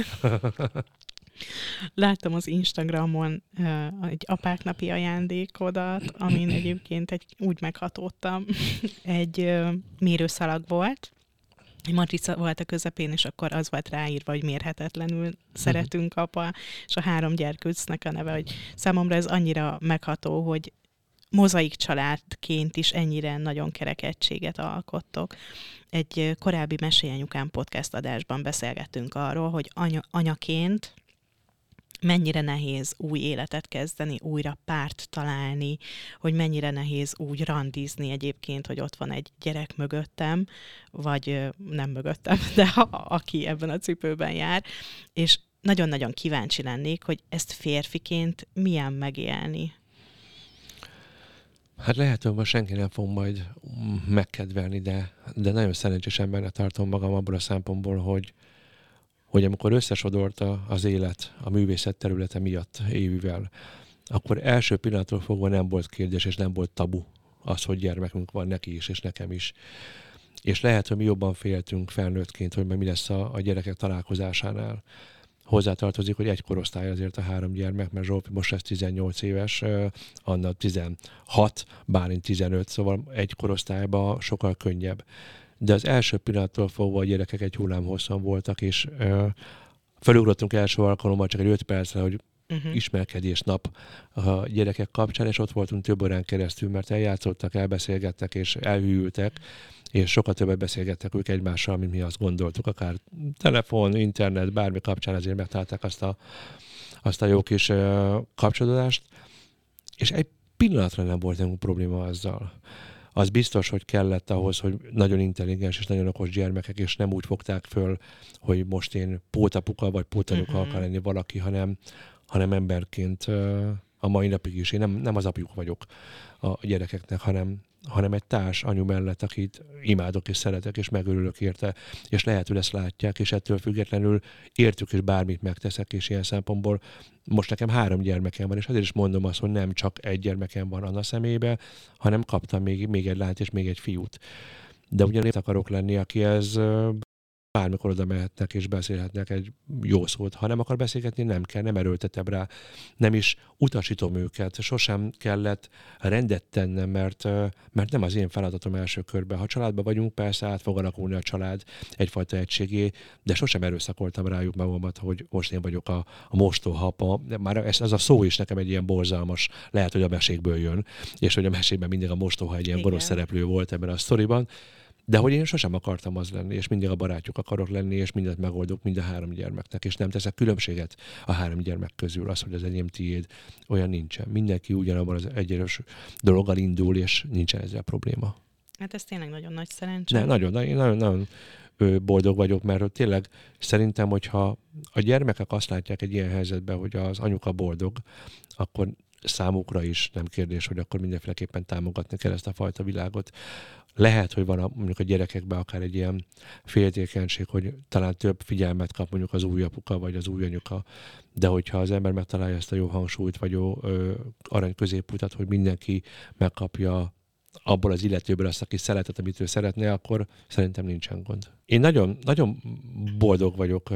Speaker 3: Láttam az Instagramon egy apáknapi ajándékodat, amin egyébként úgy meghatódtam, egy mérőszalag volt, egy matrica volt a közepén, és akkor az volt ráírva, hogy mérhetetlenül szeretünk apa, és a 3 gyerkőcnek a neve, hogy számomra ez annyira megható, hogy mozaik családként is ennyire nagyon kerek egységet alkottok. Egy korábbi Mesélj Anyukám podcast adásban beszélgettünk arról, hogy anyaként mennyire nehéz új életet kezdeni, újra párt találni, hogy mennyire nehéz úgy randizni egyébként, hogy ott van egy gyerek mögöttem, vagy nem mögöttem, de aki ebben a cipőben jár, és nagyon-nagyon kíváncsi lennék, hogy ezt férfiként milyen megélni.
Speaker 4: Hát lehet, hogy most senki nem fog majd megkedvelni, de nagyon szerencsés embernek tartom magam abból a szempontból, hogy amikor összesodorta az élet a művészet területe miatt Évivel, akkor első pillanattól fogva nem volt kérdés, és nem volt tabu az, hogy gyermekünk van neki is, és nekem is. És lehet, hogy mi jobban féltünk felnőttként, hogy mi lesz a gyerekek találkozásánál. Hozzátartozik, hogy egy korosztály azért a 3 gyermek, mert Zsófi most lesz 18 éves, Anna 16, Bálint 15, szóval egy korosztályban sokkal könnyebb. De az első pillanattól fogva a gyerekek egy hullámhosszon voltak, és felugrottunk első alkalommal csak egy 5 percre, hogy ismerkedés nap a gyerekek kapcsán, és ott voltunk több órán keresztül, mert eljátszottak, elbeszélgettek, és elhűltek, és sokkal többet beszélgettek ők egymással, mint mi azt gondoltuk, akár telefon, internet, bármi kapcsán azért megtalálták azt a jó kis kapcsolódást, és egy pillanatra nem volt nekünk probléma azzal. Az biztos, hogy kellett ahhoz, hogy nagyon intelligens és nagyon okos gyermekek, és nem úgy fogták föl, hogy most én pótapuka vagy pótanyuka akar lenni valaki, hanem emberként a mai napig is. Én nem az apjuk vagyok a gyerekeknek, hanem egy társ anyu mellett, akit imádok és szeretek, és megörülök érte, és lehet, hogy ezt látják, és ettől függetlenül értük, és bármit megteszek, és ilyen szempontból most nekem 3 gyermekem van, és azért is mondom azt, hogy nem csak egy gyermekem van Anna személybe, hanem kaptam még egy lányt és még egy fiút. De ugyanígy akarok lenni, aki ez bármikor oda mehetnek és beszélhetnek egy jó szót. Ha nem akar beszélgetni, nem kell, nem erőltetem rá. Nem is utasítom őket. Sosem kellett rendet tennem, mert nem az én feladatom első körben. Ha családban vagyunk, persze át fog alakulni a család egyfajta egységé, de sosem erőszakoltam rájuk magamat, hogy most én vagyok a mostóhapa. Már ez a szó is nekem egy ilyen borzalmas, lehet, hogy a mesékből jön, és hogy a mesében mindig a mostóha egy ilyen boros szereplő volt ebben a sztoriban. De hogy én sosem akartam az lenni, és mindig a barátjuk akarok lenni, és mindent megoldok mind a 3 gyermeknek, és nem teszek különbséget a 3 gyermek közül. Az, hogy az enyém tiéd, olyan nincsen. Mindenki ugyanabban az egyenes dologgal indul, és nincsen ezzel probléma.
Speaker 3: Hát ez tényleg nagyon nagy szerencse.
Speaker 4: Nagyon boldog vagyok, mert tényleg szerintem, hogyha a gyermekek azt látják egy ilyen helyzetben, hogy az anyuka boldog, akkor számukra is nem kérdés, hogy akkor mindenféleképpen támogatni kell ezt a fajta világot. Lehet, hogy van mondjuk a gyerekekben akár egy ilyen féltékenység, hogy talán több figyelmet kap mondjuk az új apuka vagy az új anyuka, de hogyha az ember megtalálja ezt a jó hangsúlyt, vagy jó arany középutat, hogy mindenki megkapja abból az illetőből azt, aki szeretet, amit ő szeretne, akkor szerintem nincsen gond. Én nagyon, nagyon boldog vagyok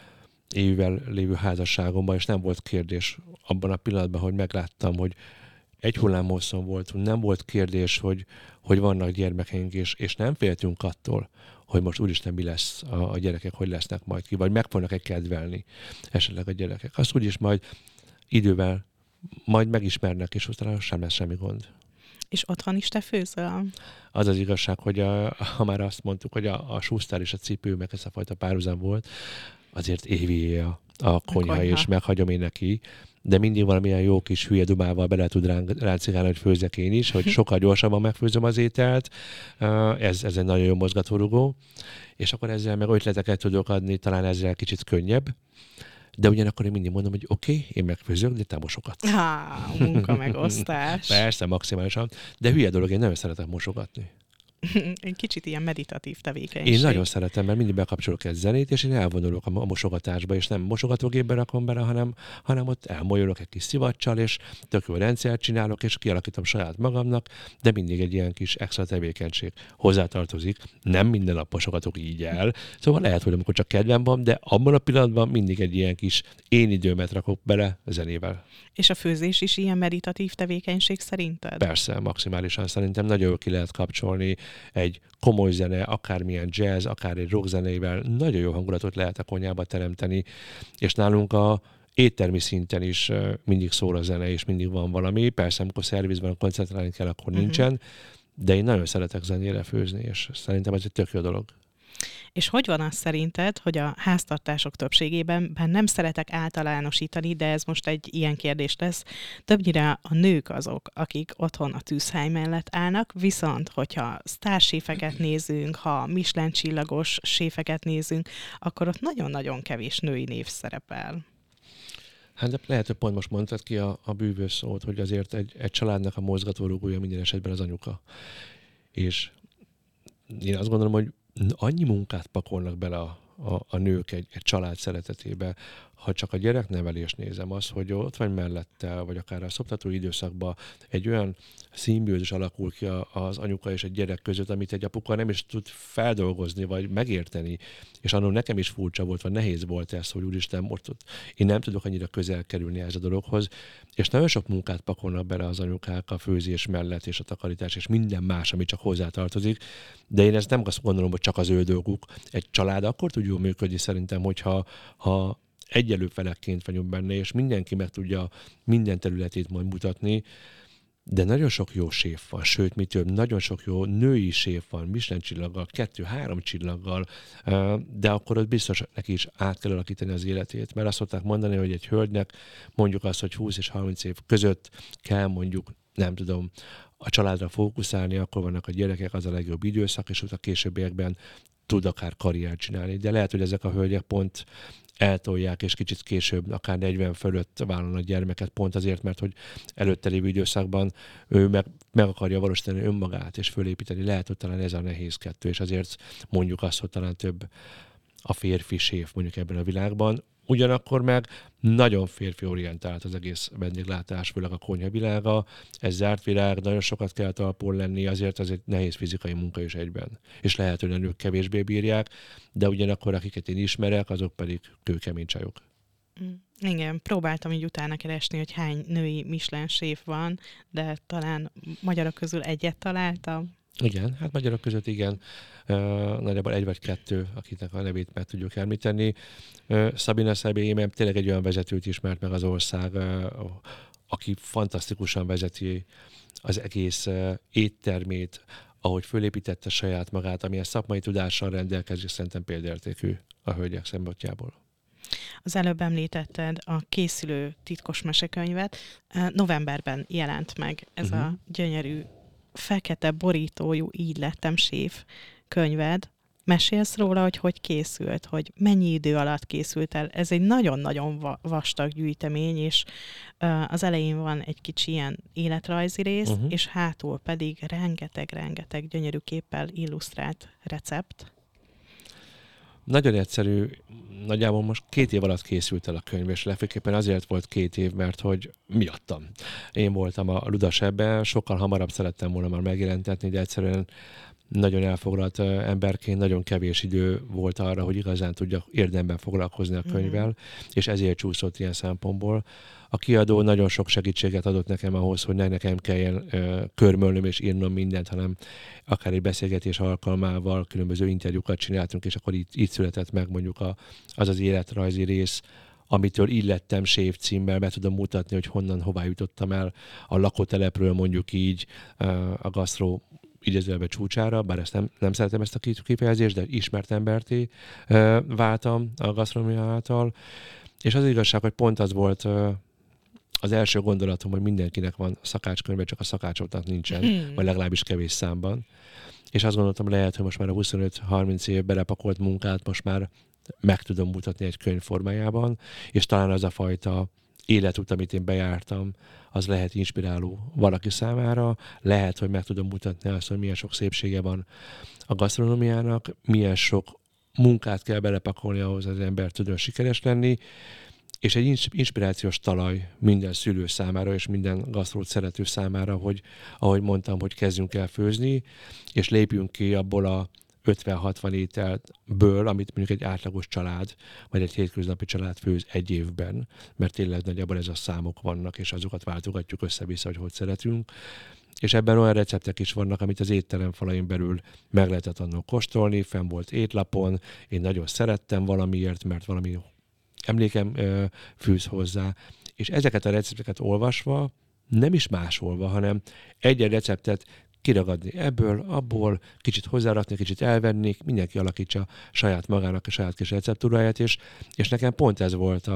Speaker 4: Évivel lévő házasságomban, és nem volt kérdés abban a pillanatban, hogy megláttam, hogy egy hullámhosszon voltunk, nem volt kérdés, hogy vannak gyermekeink, és nem féltünk attól, hogy most úristen mi lesz a gyerekek, hogy lesznek majd ki, vagy meg fognak-e kedvelni esetleg a gyerekek. Azt úgyis majd idővel majd megismernek, és utána sem lesz semmi gond.
Speaker 3: És otthon is te főzöl?
Speaker 4: Az az igazság, hogy ha már azt mondtuk, hogy a Schuster és a cipő, meg ez a fajta párhuzam volt, azért Évié a konyha, és meghagyom én neki, de mindig valamilyen jó kis hülye dumával bele tud ráncigálni, hogy főzzek én is, hogy sokkal gyorsabban megfőzöm az ételt. Ez egy nagyon jó mozgatórugó, és akkor ezzel meg ötleteket tudok adni, talán ezzel kicsit könnyebb. De ugyanakkor én mindig mondom, hogy oké, én megfőzök, de te mosogatsz.
Speaker 3: Munka megosztás.
Speaker 4: Persze, maximálisan. De hülye dolog, én nagyon szeretek mosogatni.
Speaker 3: Egy kicsit ilyen meditatív tevékenység.
Speaker 4: Én nagyon szeretem, mert mindig bekapcsolok egy zenét, és én elvonulok a mosogatásba, és nem mosogatógépbe rakom bele, hanem ott elmolyolok egy kis szivacsal, és tök jó rendszert csinálok, és kialakítom saját magamnak, de mindig egy ilyen kis extra tevékenység hozzátartozik. Nem minden nap mosogatok így el. Szóval lehet, hogy amikor csak kedvem van, de abban a pillanatban mindig egy ilyen kis én időmet rakok bele zenével.
Speaker 3: És a főzés is ilyen meditatív tevékenység szerinted?
Speaker 4: Persze, maximálisan szerintem nagyon jól ki lehet kapcsolni egy komoly zene, akármilyen jazz, akár egy rock zenével, nagyon jó hangulatot lehet a konyhába teremteni, és nálunk a éttermi szinten is mindig szól a zene, és mindig van valami. Persze, amikor szervizben koncentrálni kell, akkor nincsen, de én nagyon szeretek zenére főzni, és szerintem ez egy tök jó dolog.
Speaker 3: És hogy van az szerinted, hogy a háztartások többségében, bár nem szeretek általánosítani, de ez most egy ilyen kérdés lesz, többnyire a nők azok, akik otthon a tűzhely mellett állnak, viszont hogyha sztárséfeket nézünk, ha Michelin csillagos séfeket nézünk, akkor ott nagyon-nagyon kevés női név szerepel.
Speaker 4: Hát de lehet, hogy pont most mondtad ki a bűvös szót, hogy azért egy családnak a mozgatórugója minden esetben az anyuka. És én azt gondolom, hogy annyi munkát pakolnak bele a nők egy család szeretetébe, ha csak a gyereknevelést nézem, az, hogy ott vagy mellette, vagy akár a szoptató időszakban egy olyan szimbiózis alakul ki az anyuka és egy gyerek között, amit egy apuka nem is tud feldolgozni, vagy megérteni. És annól nekem is furcsa volt, vagy nehéz volt ez, hogy úristen, most én nem tudok annyira közel kerülni ez a dologhoz. És nagyon sok munkát pakolnak bele az anyukák a főzés mellett, és a takarítás, és minden más, ami csak hozzátartozik. De én ezt nem azt gondolom, hogy csak az ő dolguk. Egy család akkor tud jól működni szerintem, hogyha egyelő felekként vagyunk benne, és mindenki meg tudja minden területét majd mutatni, de nagyon sok jó séf van, sőt, mi több, nagyon sok jó női séf van, Michelin csillaggal, 2-3 csillaggal, de akkor ott biztos neki is át kell alakítani az életét, mert azt szokták mondani, hogy egy hölgynek mondjuk azt, hogy 20 és 30 év között kell mondjuk, nem tudom, a családra fókuszálni, akkor vannak a gyerekek, az a legjobb időszak, és utána későbbiekben tud akár karriert csinálni. De lehet, hogy ezek a hölgyek pont eltolják, és kicsit később, akár 40 fölött vállalnak gyermeket, pont azért, mert hogy előtte lévő időszakban ő meg akarja valósítani önmagát, és fölépíteni. Lehet, hogy talán ez a nehéz kettő, és azért mondjuk azt, hogy talán több a férfi séf mondjuk ebben a világban. Ugyanakkor meg nagyon férfi-orientált az egész vendéglátás, főleg a konyhavilága. Ez zárt világ, nagyon sokat kell talpon lenni, azért az egy nehéz fizikai munka is egyben. És lehet, hogy a nők kevésbé bírják, de ugyanakkor akiket én ismerek, azok pedig kőkemény csajok.
Speaker 3: Igen, próbáltam így utána keresni, hogy hány női Michelin séf van, de talán magyarok közül egyet találtam.
Speaker 4: Igen, hát magyarok között igen, nagyjából 1 vagy 2, akiknek a nevét meg tudjuk említeni. Sabina Sebélyem tényleg egy olyan vezetőt ismert meg az ország, aki fantasztikusan vezeti az egész éttermét, ahogy fölépítette saját magát, amilyen szakmai tudással rendelkezik, szerintem példaértékű a hölgyek szempontjából.
Speaker 3: Az előbb említetted a készülő titkos mesekönyvet. Novemberben jelent meg ez a gyönyörű fekete borítójú Így lettem séf könyved. Mesélsz róla, hogy készült, hogy mennyi idő alatt készült el. Ez egy nagyon-nagyon vastag gyűjtemény, és az elején van egy kicsi ilyen életrajzi rész, és hátul pedig rengeteg gyönyörű képpel illusztrált recept.
Speaker 4: Nagyon egyszerű, nagyjából most 2 év alatt készült el a könyv, és legfőképpen azért volt 2 év, mert hogy miattam. Én voltam a ludas ebben, sokkal hamarabb szerettem volna már megjelentetni, de egyszerűen nagyon elfoglalt emberként nagyon kevés idő volt arra, hogy igazán tudjak érdemben foglalkozni a könyvvel, és ezért csúszott ilyen szempontból. A kiadó nagyon sok segítséget adott nekem ahhoz, hogy ne nekem kelljen körmölnöm és írnom mindent, hanem akár egy beszélgetés alkalmával különböző interjúkat csináltunk, és akkor így született meg mondjuk az életrajzi rész, amitől Így lettem séf címmel be tudom mutatni, hogy honnan, hová jutottam el a lakótelepről mondjuk így a gasztró idézőjelben csúcsára, bár ezt nem szeretem ezt a kifejezést, de ismert emberté váltam a gasztronómia által. És az igazság, hogy pont az volt az első gondolatom, hogy mindenkinek van szakácskönyve, csak a szakácsoknak nincsen, vagy legalábbis kevés számban. És azt gondoltam, lehet, hogy most már a 25-30 év belepakolt munkát most már meg tudom mutatni egy könyv formájában, és talán az a fajta életút, amit én bejártam, az lehet inspiráló valaki számára, lehet, hogy meg tudom mutatni azt, hogy milyen sok szépsége van a gasztronómiának, milyen sok munkát kell belepakolni ahhoz, hogy az ember tudjon sikeres lenni, és egy inspirációs talaj minden szülő számára, és minden gasztrót szerető számára, hogy ahogy mondtam, hogy kezdjünk el főzni, és lépjünk ki abból a 50-60 ételből, amit mondjuk egy átlagos család, vagy egy hétköznapi család főz egy évben, mert tényleg nagyjából ez a számok vannak, és azokat váltogatjuk össze-vissza, hogy szeretünk. És ebben olyan receptek is vannak, amit az étterem falain belül meg lehetett annól kóstolni, fenn volt étlapon, én nagyon szerettem valamiért, mert valami emlékem fűz hozzá, és ezeket a recepteket olvasva, nem is másolva, hanem egy receptet kiragadni ebből, abból, kicsit hozzárakni, kicsit elvenni, mindenki alakítsa saját magának a saját kis receptúráját, és nekem pont ez volt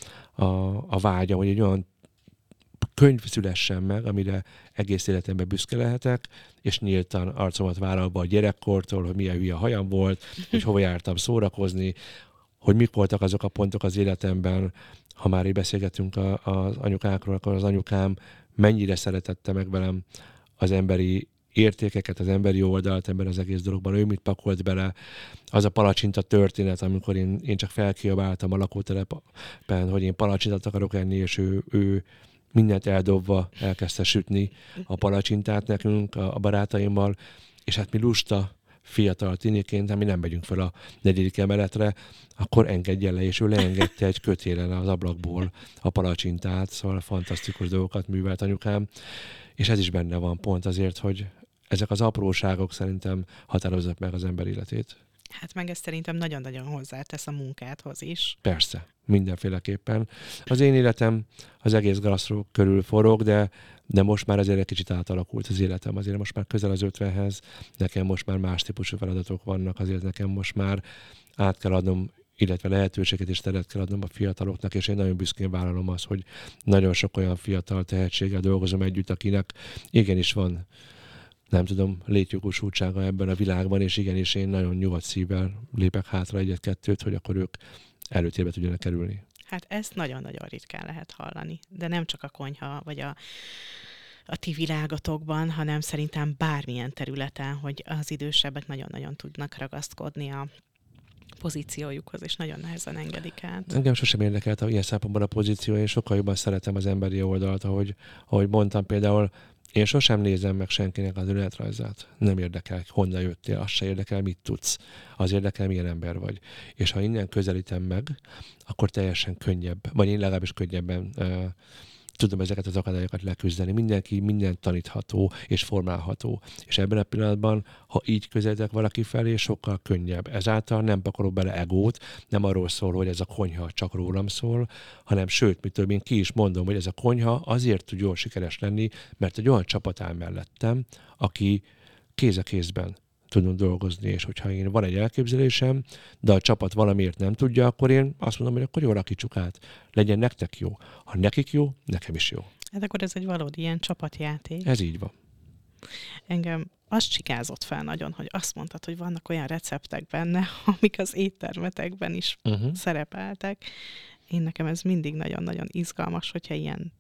Speaker 4: a vágyam, hogy egy olyan könyv szülessen meg, amire egész életemben büszke lehetek, és nyíltan arcomat vállalva a gyerekkortól, hogy milyen hülye hajam volt, hogy hova jártam szórakozni, hogy mik voltak azok a pontok az életemben, ha már így beszélgetünk az anyukákról, akkor az anyukám mennyire szeretette meg velem az emberi értékeket, az emberi oldalt ebben az egész dologban, ő mit pakolt bele, az a palacsinta történet, amikor én csak felkiabáltam a lakótelepen, hogy én palacsintat akarok enni, és ő mindent eldobva elkezdte sütni a palacsintát nekünk, a barátaimmal, és hát mi lusta, fiatal tiniként, mi nem megyünk fel a 4. emeletre, akkor engedjen le, és ő leengedte egy kötélen az ablakból a palacsintát, szóval fantasztikus dolgokat művelt anyukám, és ez is benne van pont azért, hogy ezek az apróságok szerintem határozzák meg az ember életét.
Speaker 3: Hát meg ez szerintem nagyon-nagyon hozzátesz a munkádhoz is.
Speaker 4: Persze, mindenféleképpen. Az én életem az egész gasztró körül forog, de most már azért egy kicsit átalakult az életem. Azért most már közel az 50-hez, nekem most már más típusú feladatok vannak, azért nekem most már át kell adnom, illetve lehetőséget és teret kell adnom a fiataloknak, és én nagyon büszkén vállalom azt, hogy nagyon sok olyan fiatal tehetséggel dolgozom együtt, akinek igenis van, nem tudom, létjogosultsága ebben a világban, és igenis én nagyon nyugodt szívvel lépek hátra egyet-kettőt, hogy akkor ők előtérbe tudjanak kerülni.
Speaker 3: Hát ezt nagyon-nagyon ritkán lehet hallani, de nem csak a konyha, vagy a ti világotokban, hanem szerintem bármilyen területen, hogy az idősebbek nagyon-nagyon tudnak ragaszkodni a pozíciójukhoz, és nagyon nehezen engedik át.
Speaker 4: Engem sosem érdekelt ilyen szempontból a pozíció, én sokkal jobban szeretem az emberi oldalt, ahogy mondtam például, én sosem nézem meg senkinek az önéletrajzát. Nem érdekel, honnan jöttél, az se érdekel, mit tudsz. Az érdekel, milyen ember vagy. És ha innen közelítem meg, akkor teljesen könnyebb, vagy én legalábbis könnyebben tudom ezeket az akadályokat leküzdeni. Mindenki mindent tanítható és formálható. És ebben a pillanatban, ha így közelítek valaki felé, sokkal könnyebb. Ezáltal nem pakolok bele egót, nem arról szól, hogy ez a konyha csak rólam szól, hanem sőt, mit tudom, én ki is mondom, hogy ez a konyha azért tud jól sikeres lenni, mert egy olyan csapat áll mellettem, aki kéz a kézben tudunk dolgozni, és hogyha én van egy elképzelésem, de a csapat valamiért nem tudja, akkor én azt mondom, hogy akkor jól alakítsuk át. Legyen nektek jó. Ha nekik jó, nekem is jó.
Speaker 3: Hát akkor ez egy valódi ilyen csapatjáték.
Speaker 4: Ez így van.
Speaker 3: Engem azt csikázott fel nagyon, hogy azt mondtad, hogy vannak olyan receptek benne, amik az éttermetekben is szerepeltek. Nekem ez mindig nagyon-nagyon izgalmas, hogyha ilyen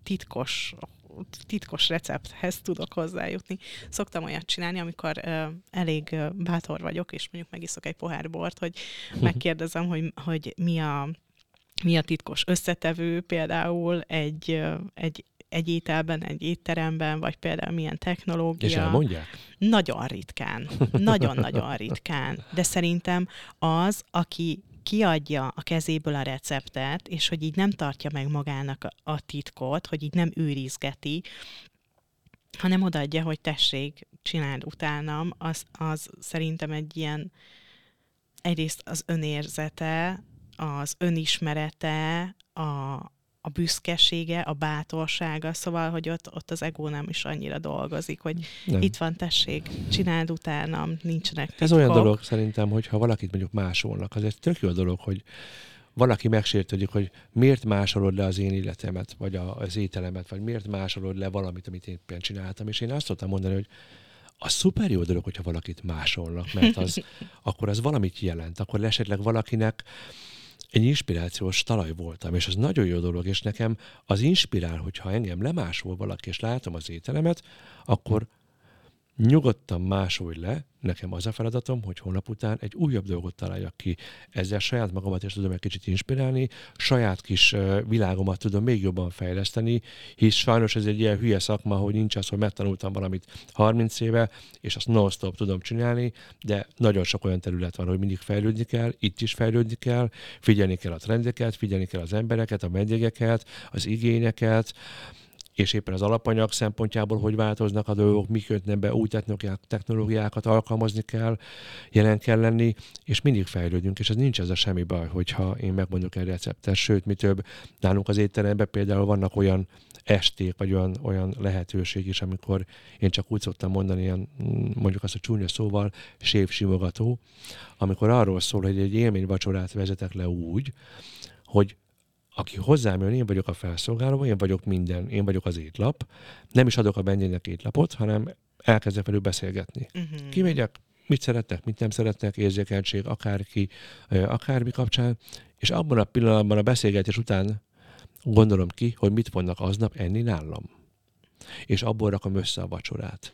Speaker 3: titkos recepthez tudok hozzájutni. Szoktam olyat csinálni, amikor elég bátor vagyok, és mondjuk megiszok egy pohár bort, hogy megkérdezem, hogy mi a titkos összetevő például egy ételben, egy étteremben, vagy például milyen technológia.
Speaker 4: És elmondják?
Speaker 3: Nagyon ritkán. Nagyon-nagyon ritkán. De szerintem az, aki kiadja a kezéből a receptet, és hogy így nem tartja meg magának a titkot, hogy így nem őrizgeti, hanem odaadja, hogy tessék, csináld utánam, az szerintem egy ilyen, egyrészt az önérzete, az önismerete, a büszkesége, a bátorsága, szóval, hogy ott az ego nem is annyira dolgozik, hogy nem. Itt van, tessék, csináld utánam, nincsenek titkok.
Speaker 4: Ez olyan dolog szerintem, hogy ha valakit mondjuk másolnak, az egy tök jó dolog, hogy valaki megsértődik, hogy miért másolod le az én életemet, vagy az ételemet, vagy miért másolod le valamit, amit én éppen csináltam. És én azt szoktam mondani, hogy az szuper jó dolog, hogyha valakit másolnak, mert akkor az valamit jelent, akkor esetleg valakinek egy inspirációs talaj voltam, és az nagyon jó dolog, és nekem az inspirál, hogyha engem lemásol valaki, és látom az ételemet, akkor nyugodtan másolj le, nekem az a feladatom, hogy holnap után egy újabb dolgot találjak ki. Ezzel saját magamat is tudom egy kicsit inspirálni, saját kis világomat tudom még jobban fejleszteni, hisz sajnos ez egy ilyen hülye szakma, hogy nincs az, hogy megtanultam valamit 30 éve, és azt non-stop tudom csinálni, de nagyon sok olyan terület van, hogy mindig fejlődni kell, itt is fejlődni kell, figyelni kell a trendeket, figyelni kell az embereket, a vendégeket, az igényeket, és éppen az alapanyag szempontjából, hogy változnak a dolgok, mik kötnek be, új technológiákat alkalmazni kell, jelen kell lenni, és mindig fejlődünk, és ez nincs ezzel semmi baj, hogyha én megmondok egy receptet, sőt, mi több, nálunk az étteremben például vannak olyan esték, vagy olyan lehetőség is, amikor én csak úgy szoktam mondani, ilyen, mondjuk azt a csúnya szóval, séfsimogató, amikor arról szól, hogy egy élményvacsorát vezetek le úgy, hogy aki hozzám jön, én vagyok a felszolgáló, én vagyok minden, én vagyok az étlap, nem is adok a vendégnek étlapot, hanem elkezdek velük beszélgetni. Kimegyek, mit szeretnek, mit nem szeretnek, érzékenység, akárki, akármi kapcsán, és abban a pillanatban a beszélgetés után gondolom ki, hogy mit fognak aznap enni nálam. És abból rakom össze a vacsorát.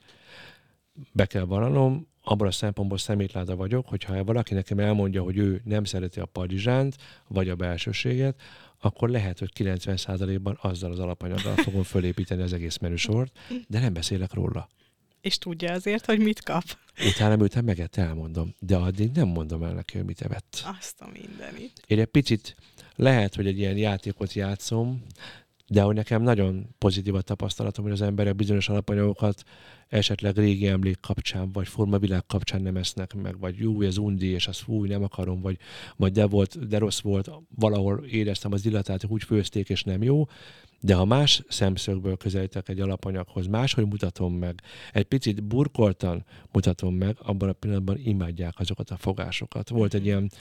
Speaker 4: Be kell vallanom, abban a szempontból szemétláda vagyok, hogyha valaki nekem elmondja, hogy ő nem szereti a padizsánt, vagy a belsőséget, akkor lehet, hogy 90%-ban azzal az alapanyaggal fogom fölépíteni az egész menüsort, de nem beszélek róla.
Speaker 3: És tudja azért, hogy mit kap.
Speaker 4: Utána miután megett elmondom, de addig nem mondom el neki, hogy mit evett.
Speaker 3: Azt a mindenit.
Speaker 4: Én egy picit lehet, hogy egy ilyen játékot játszom, de hogy nekem nagyon pozitív a tapasztalatom, hogy az emberek bizonyos alapanyagokat esetleg régi emlék kapcsán, vagy formavilág kapcsán nem esznek meg, vagy jó, ez undi, és azt fúj, nem akarom, vagy de rossz volt, valahol éreztem az illatát, hogy úgy főzték, és nem jó, de ha más szemszögből közelítek egy alapanyaghoz, máshogy mutatom meg, egy picit burkoltan mutatom meg, abban a pillanatban imádják azokat a fogásokat. Volt egy ilyen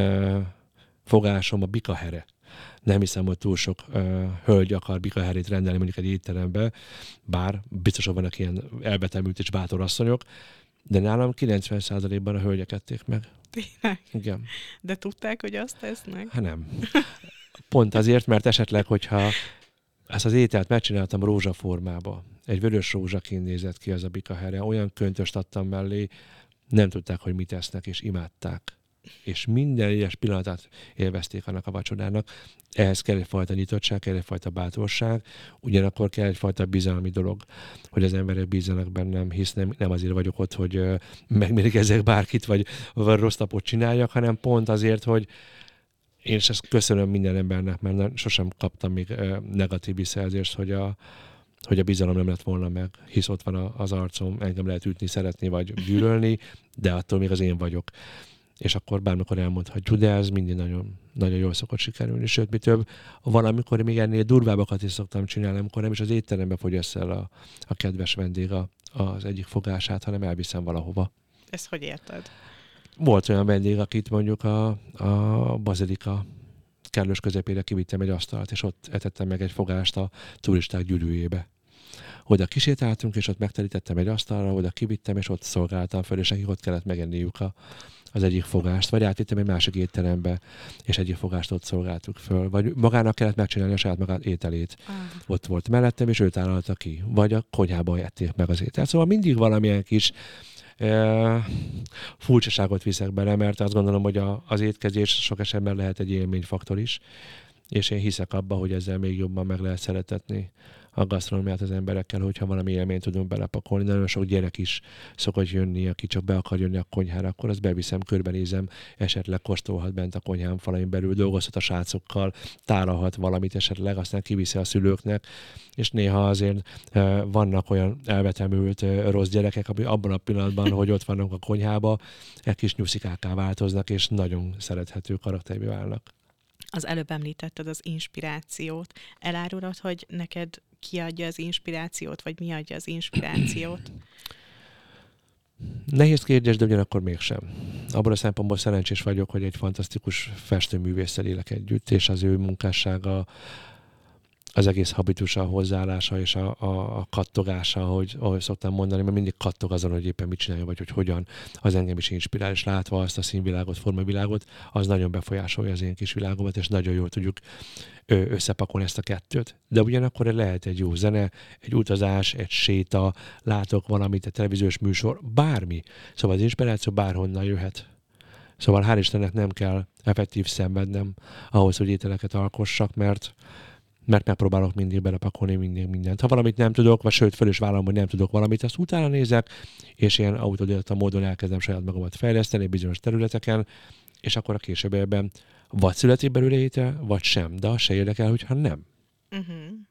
Speaker 4: fogásom, a bikahere. Nem hiszem, hogy túl sok hölgy akar bikaherét rendelni mondjuk egy étterembe, bár biztosan vannak ilyen elbetemült és bátor asszonyok, de nálam 90%-ban a hölgyek ették meg.
Speaker 3: Tényleg?
Speaker 4: Igen.
Speaker 3: De tudták, hogy azt tesznek?
Speaker 4: Hát nem. Pont azért, mert esetleg, hogyha ezt az ételt megcsináltam rózsaformába, egy vörös rózsaként nézett ki az a bikahere, olyan köntöst adtam mellé, nem tudták, hogy mit esznek, és imádták. És minden egyes pillanatát élvezték annak a vacsorának. Ehhez kell egyfajta nyitottság, kell egyfajta bátorság, ugyanakkor kell egyfajta bizalmi dolog, hogy az emberek bízzanak bennem, hisz nem azért vagyok ott, hogy megmérgezzek bárkit, vagy rossz napot csináljak, hanem pont azért, hogy én is ezt köszönöm minden embernek, mert sosem kaptam még negatív visszajelzést, hogy a bizalom nem lett volna meg, hisz ott van az arcom, engem lehet ütni, szeretni vagy gyűlölni, de attól még az én vagyok. És akkor bármikor elmondhatjuk, de ez mindig nagyon, nagyon jól szokott sikerülni. Sőt, mi több, valamikor még ennél durvábbakat is szoktam csinálni, amikor nem is az étterembe fogyasz el a kedves vendég az egyik fogását, hanem elviszem valahova.
Speaker 3: Ezt hogy érted? Volt
Speaker 4: olyan vendég, akit mondjuk a bazilika kellős közepére kivittem egy asztalt, és ott etettem meg egy fogást a turisták gyűrűjébe. Oda kisétáltunk, és ott megterítettem egy asztalra, oda kivittem, és ott szolgáltam föl, és nekik ott kellett megenniük az egyik fogást, vagy átvittem egy másik étterembe, és egyik fogást ott szolgáltuk föl, vagy magának kellett megcsinálni a saját magát ételét. Ott volt mellettem, és őt állalta ki, vagy a konyhában ették meg az ételt. Szóval mindig valamilyen kis furcsaságot viszek bele, mert azt gondolom, hogy az étkezés sok esetben lehet egy élményfaktor is, és én hiszek abba, hogy ezzel még jobban meg lehet szeretetni a gasztronómiát az emberekkel, hogyha valami élményt tudunk belepakolni. Nagyon sok gyerek is szokott jönni, aki csak be akar jönni a konyhára, akkor azt beviszem, körbenézem, esetleg kóstolhat bent a konyhám falain belül, dolgozhat a srácokkal, tálalhat valamit esetleg, aztán kiviszi a szülőknek, és néha azért vannak olyan elvetemült rossz gyerekek, ami abban a pillanatban, hogy ott vannak a konyhába, egy kis nyuszikákká változnak, és nagyon szerethető karakterbe válnak.
Speaker 3: Az előbb említetted az inspirációt. Elárulod, hogy neked ki adja az inspirációt, vagy mi adja az inspirációt?
Speaker 4: Nehéz kérdés, de ugyanakkor mégsem. Abban a szempontból szerencsés vagyok, hogy egy fantasztikus festőművésszel élek együtt, és az ő munkássága, az egész habitusa, a hozzáállása és a kattogása, ahogy szoktam mondani, mert mindig kattog azon, hogy éppen mit csinálja, vagy hogy hogyan, az engem is inspirál, és látva azt a színvilágot, formavilágot, az nagyon befolyásolja az én kis világomat, és nagyon jól tudjuk összepakolni ezt a kettőt. De ugyanakkor lehet egy jó zene, egy utazás, egy séta, látok valamit, egy televíziós műsor, bármi. Szóval az inspiráció bárhonnan jöhet. Szóval hál' Istennek nem kell effektív szenvednem ahhoz, hogy ételeket alkossak, mert megpróbálok mindig belepakolni mindent. Ha valamit nem tudok, vagy sőt, föl is vállalom, hogy nem tudok valamit, azt utána nézek, és ilyen autodidakta módon elkezdem saját magamat fejleszteni bizonyos területeken, és akkor a későbbiekben vagy születik belőle étel, vagy sem, de az se érdekel, hogyha nem.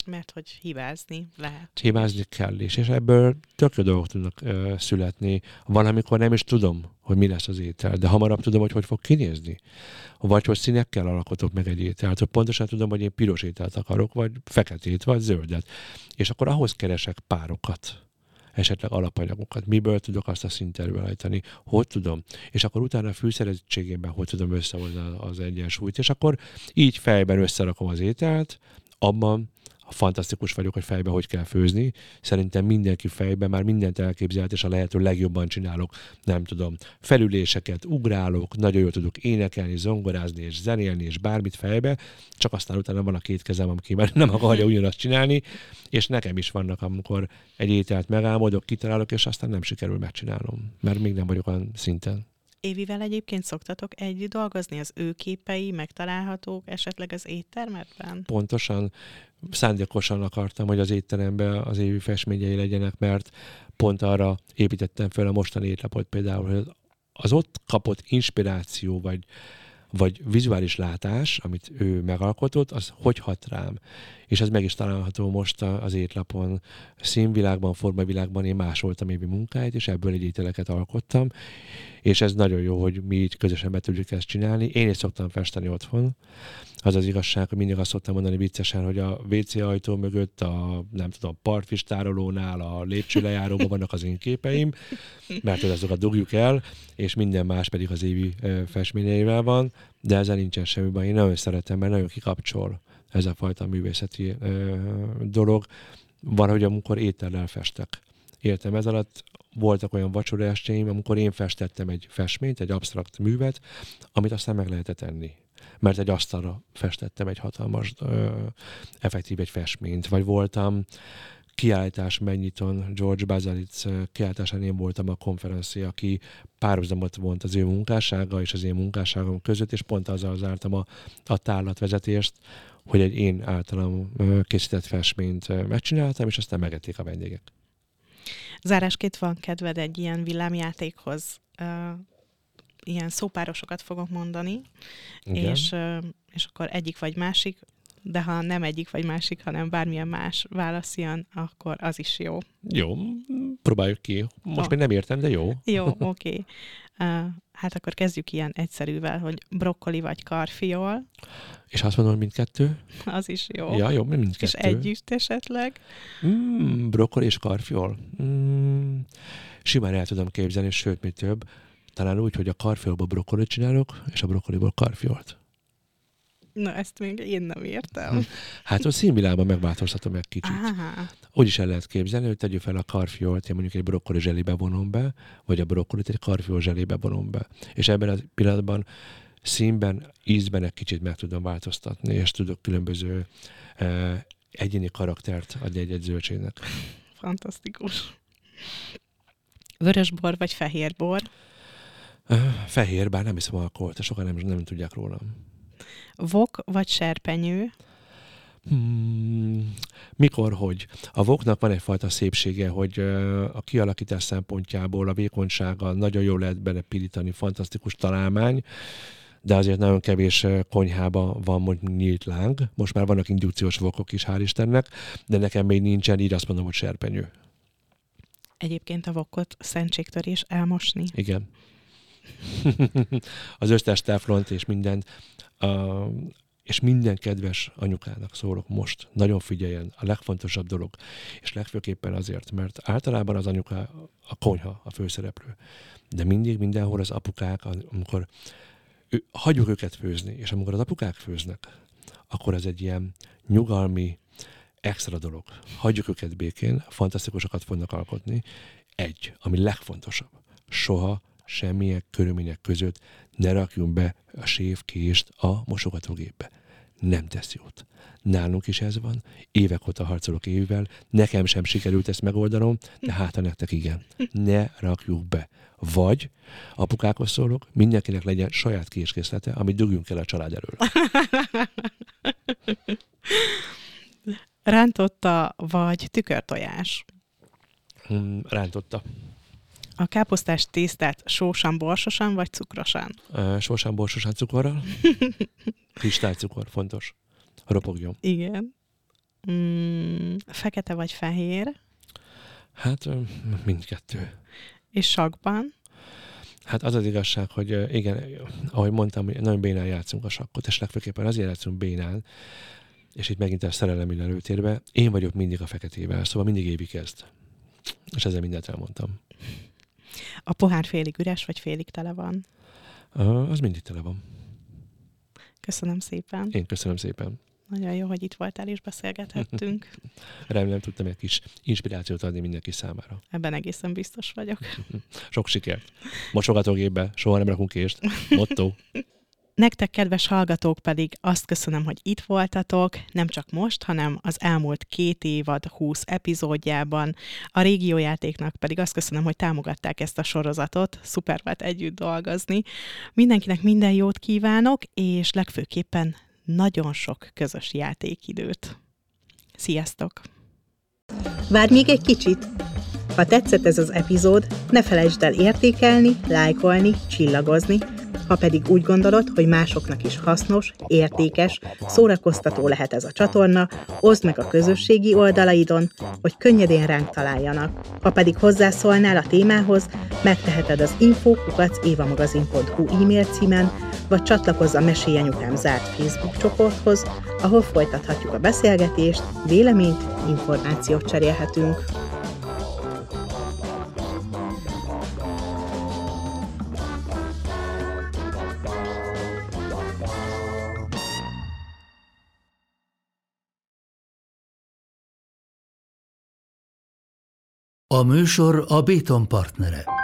Speaker 3: Mert hogy hibázni lehet.
Speaker 4: Hibázni kell is, és ebből tök jó dolgok tudnak születni. Valamikor nem is tudom, hogy mi lesz az étel, de hamarabb tudom, hogy fog kinézni. Vagy hogy színekkel alkotok meg egy ételt, hogy pontosan tudom, hogy én piros ételt akarok, vagy feketét, vagy zöldet. És akkor ahhoz keresek párokat, esetleg alapanyagokat. Miből tudok azt a szint előállítani? Hogy tudom? És akkor utána a fűszereztségében hogy tudom összehozni az egyensúlyt. És akkor így fejben összerakom az ételt, abban fantasztikus vagyok, hogy fejben hogy kell főzni. Szerintem mindenki fejben már mindent elképzelt, és a lehető legjobban csinálok. Nem tudom, felüléseket, ugrálok, nagyon jól tudok énekelni, zongorázni, és zenélni, és bármit fejbe, csak aztán utána van a két kezem, aki már nem akarja ugyanazt csinálni, és nekem is vannak, amikor egy ételt megálmodok, kitalálok, és aztán nem sikerül megcsinálnom, mert még nem vagyok olyan szinten.
Speaker 3: Évivel egyébként szoktatok együtt dolgozni? Az ő képei megtalálhatók esetleg az éttermetben?
Speaker 4: Pontosan, szándékosan akartam, hogy az étteremben az Évi festményei legyenek, mert pont arra építettem fel a mostani étlapot például, hogy az ott kapott inspiráció, vagy vizuális látás, amit ő megalkotott, az hogy hat rám. És ez meg is található most az étlapon. Színvilágban, formavilágban én másoltam Évi munkáit, és ebből egy ételeket alkottam. És ez nagyon jó, hogy mi így közösen be tudjuk ezt csinálni. Én is szoktam festeni otthon. Az az igazság, hogy mindig azt szoktam mondani viccesen, hogy a WC ajtó mögött, a nem tudom, partfistárolónál, a lépcsőlejáróban vannak az én képeim, mert azokat dugjuk el, és minden más pedig az Évi festményeivel van, de ezzel nincsen semmi baj. Én nagyon szeretem, mert nagyon kikapcsol ez a fajta művészeti dolog. Van, hogy amikor étellel festek. Értem, ez alatt voltak olyan vacsoraestéim, amikor én festettem egy festményt, egy absztrakt művet, amit aztán meg lehetett enni. Mert egy asztalra festettem egy hatalmas, effektív egy festményt. Vagy voltam kiállítás megnyiton, George Baselitz kiállításán én voltam a konferencia, aki párhuzamot vont az ő munkássága és az én munkásságom között, és pont azzal zártam a tárlatvezetést, hogy egy én általam készített festményt megcsináltam, és aztán megették a vendégek.
Speaker 3: Zárásként van kedved egy ilyen villámjátékhoz? Ilyen szópárosokat fogok mondani, és akkor egyik vagy másik, de ha nem egyik vagy másik, hanem bármilyen más válasz jön, akkor az is jó.
Speaker 4: Jó, próbáljuk ki. Most még nem értem, de jó.
Speaker 3: Jó, oké. Hát akkor kezdjük ilyen egyszerűvel, hogy brokkoli vagy karfiol.
Speaker 4: És azt mondom, mindkettő?
Speaker 3: Az is jó.
Speaker 4: Ja, jó, mindkettő.
Speaker 3: És együtt esetleg?
Speaker 4: Brokkoli és karfiol. Simán el tudom képzelni, sőt, mi több. Talán úgy, hogy a karfiolból brokkolit csinálok, és a brokkoliból karfiolt.
Speaker 3: Na, ezt még én nem értem.
Speaker 4: Hát a színvilágban megváltoztatom egy kicsit. Úgy is el lehet képzelni, hogy tegyük fel a karfiolt, én mondjuk egy brokkoli zselébe vonom be, vagy a brokkolit egy karfiol zselébe vonom be. És ebben a pillanatban színben, ízben egy kicsit meg tudom változtatni, és tudok különböző egyéni karaktert adni egy zöldségnek.
Speaker 3: Fantasztikus. Vörösbor vagy fehérbor?
Speaker 4: Fehér, bár nem iszom alkoholt, sokan nem tudják rólam.
Speaker 3: Vok vagy serpenyő?
Speaker 4: Mikor, hogy? A voknak van egyfajta szépsége, hogy a kialakítás szempontjából a vékonysága nagyon jól lehet benne pirítani, fantasztikus találmány, de azért nagyon kevés konyhában van mondjuk nyílt láng. Most már vannak indukciós vokok is, hál' Istennek, de nekem még nincsen, így azt mondom, hogy serpenyő.
Speaker 3: Egyébként a vokot szentségtörés elmosni.
Speaker 4: Igen. Az összes teflont és mindent. És minden kedves anyukának szólok most, nagyon figyeljen, a legfontosabb dolog, és legfőképpen azért, mert általában az anyuka a konyha, a főszereplő. De mindig, mindenhol az apukák, amikor hagyjuk őket főzni, és amikor az apukák főznek, akkor ez egy ilyen nyugalmi, extra dolog. Hagyjuk őket békén, fantasztikusokat fognak alkotni. Ami legfontosabb, soha semmilyen körülmények között ne rakjunk be a séfkést a mosogatógépbe. Nem tesz jót. Nálunk is ez van. Évek óta harcolok Évivel. Nekem sem sikerült ezt megoldanom, de hát nektek igen. Ne rakjuk be. Vagy, apukákhoz szólok, mindenkinek legyen saját késkészlete, amit dugjunk el a család elől.
Speaker 3: Rántotta vagy tükörtojás?
Speaker 4: Rántotta.
Speaker 3: A káposztás tésztát sósan, borsosan vagy cukrosan?
Speaker 4: Sósan, borsosan cukorral. Kristálycukor, fontos. Ropogjon.
Speaker 3: Igen. Fekete vagy fehér?
Speaker 4: Hát mindkettő.
Speaker 3: És sakkban?
Speaker 4: Hát az az igazság, hogy igen, ahogy mondtam, nagyon bénán játszunk a sakkot, és legfőképpen azért játszunk bénán, és itt megint a szerelem előtérbe, én vagyok mindig a feketével, szóval mindig Évi kezd. És ezzel mindent elmondtam.
Speaker 3: A pohár félig üres, vagy félig tele van?
Speaker 4: Az mindig tele van.
Speaker 3: Köszönöm szépen.
Speaker 4: Én köszönöm szépen.
Speaker 3: Nagyon jó, hogy itt voltál és beszélgethettünk.
Speaker 4: Remélem tudtam egy kis inspirációt adni mindenki számára.
Speaker 3: Ebben egészen biztos vagyok.
Speaker 4: Sok sikert. Mosogatógépbe soha nem rakunk kést. Motto.
Speaker 3: Nektek, kedves hallgatók, pedig azt köszönöm, hogy itt voltatok, nem csak most, hanem az elmúlt 2 évad 20 epizódjában. A régiójátéknak pedig azt köszönöm, hogy támogatták ezt a sorozatot. Szuper volt együtt dolgozni. Mindenkinek minden jót kívánok, és legfőképpen nagyon sok közös játékidőt. Sziasztok!
Speaker 5: Várj még egy kicsit! Ha tetszett ez az epizód, ne felejtsd el értékelni, lájkolni, csillagozni, ha pedig úgy gondolod, hogy másoknak is hasznos, értékes, szórakoztató lehet ez a csatorna, oszd meg a közösségi oldalaidon, hogy könnyedén ránk találjanak. Ha pedig hozzászólnál a témához, megteheted az info@évamagazin.hu e-mail címen, vagy csatlakozz a Mesélj Anyukám zárt Facebook csoporthoz, ahol folytathatjuk a beszélgetést, véleményt, információt cserélhetünk.
Speaker 1: A műsor a Béton partnere.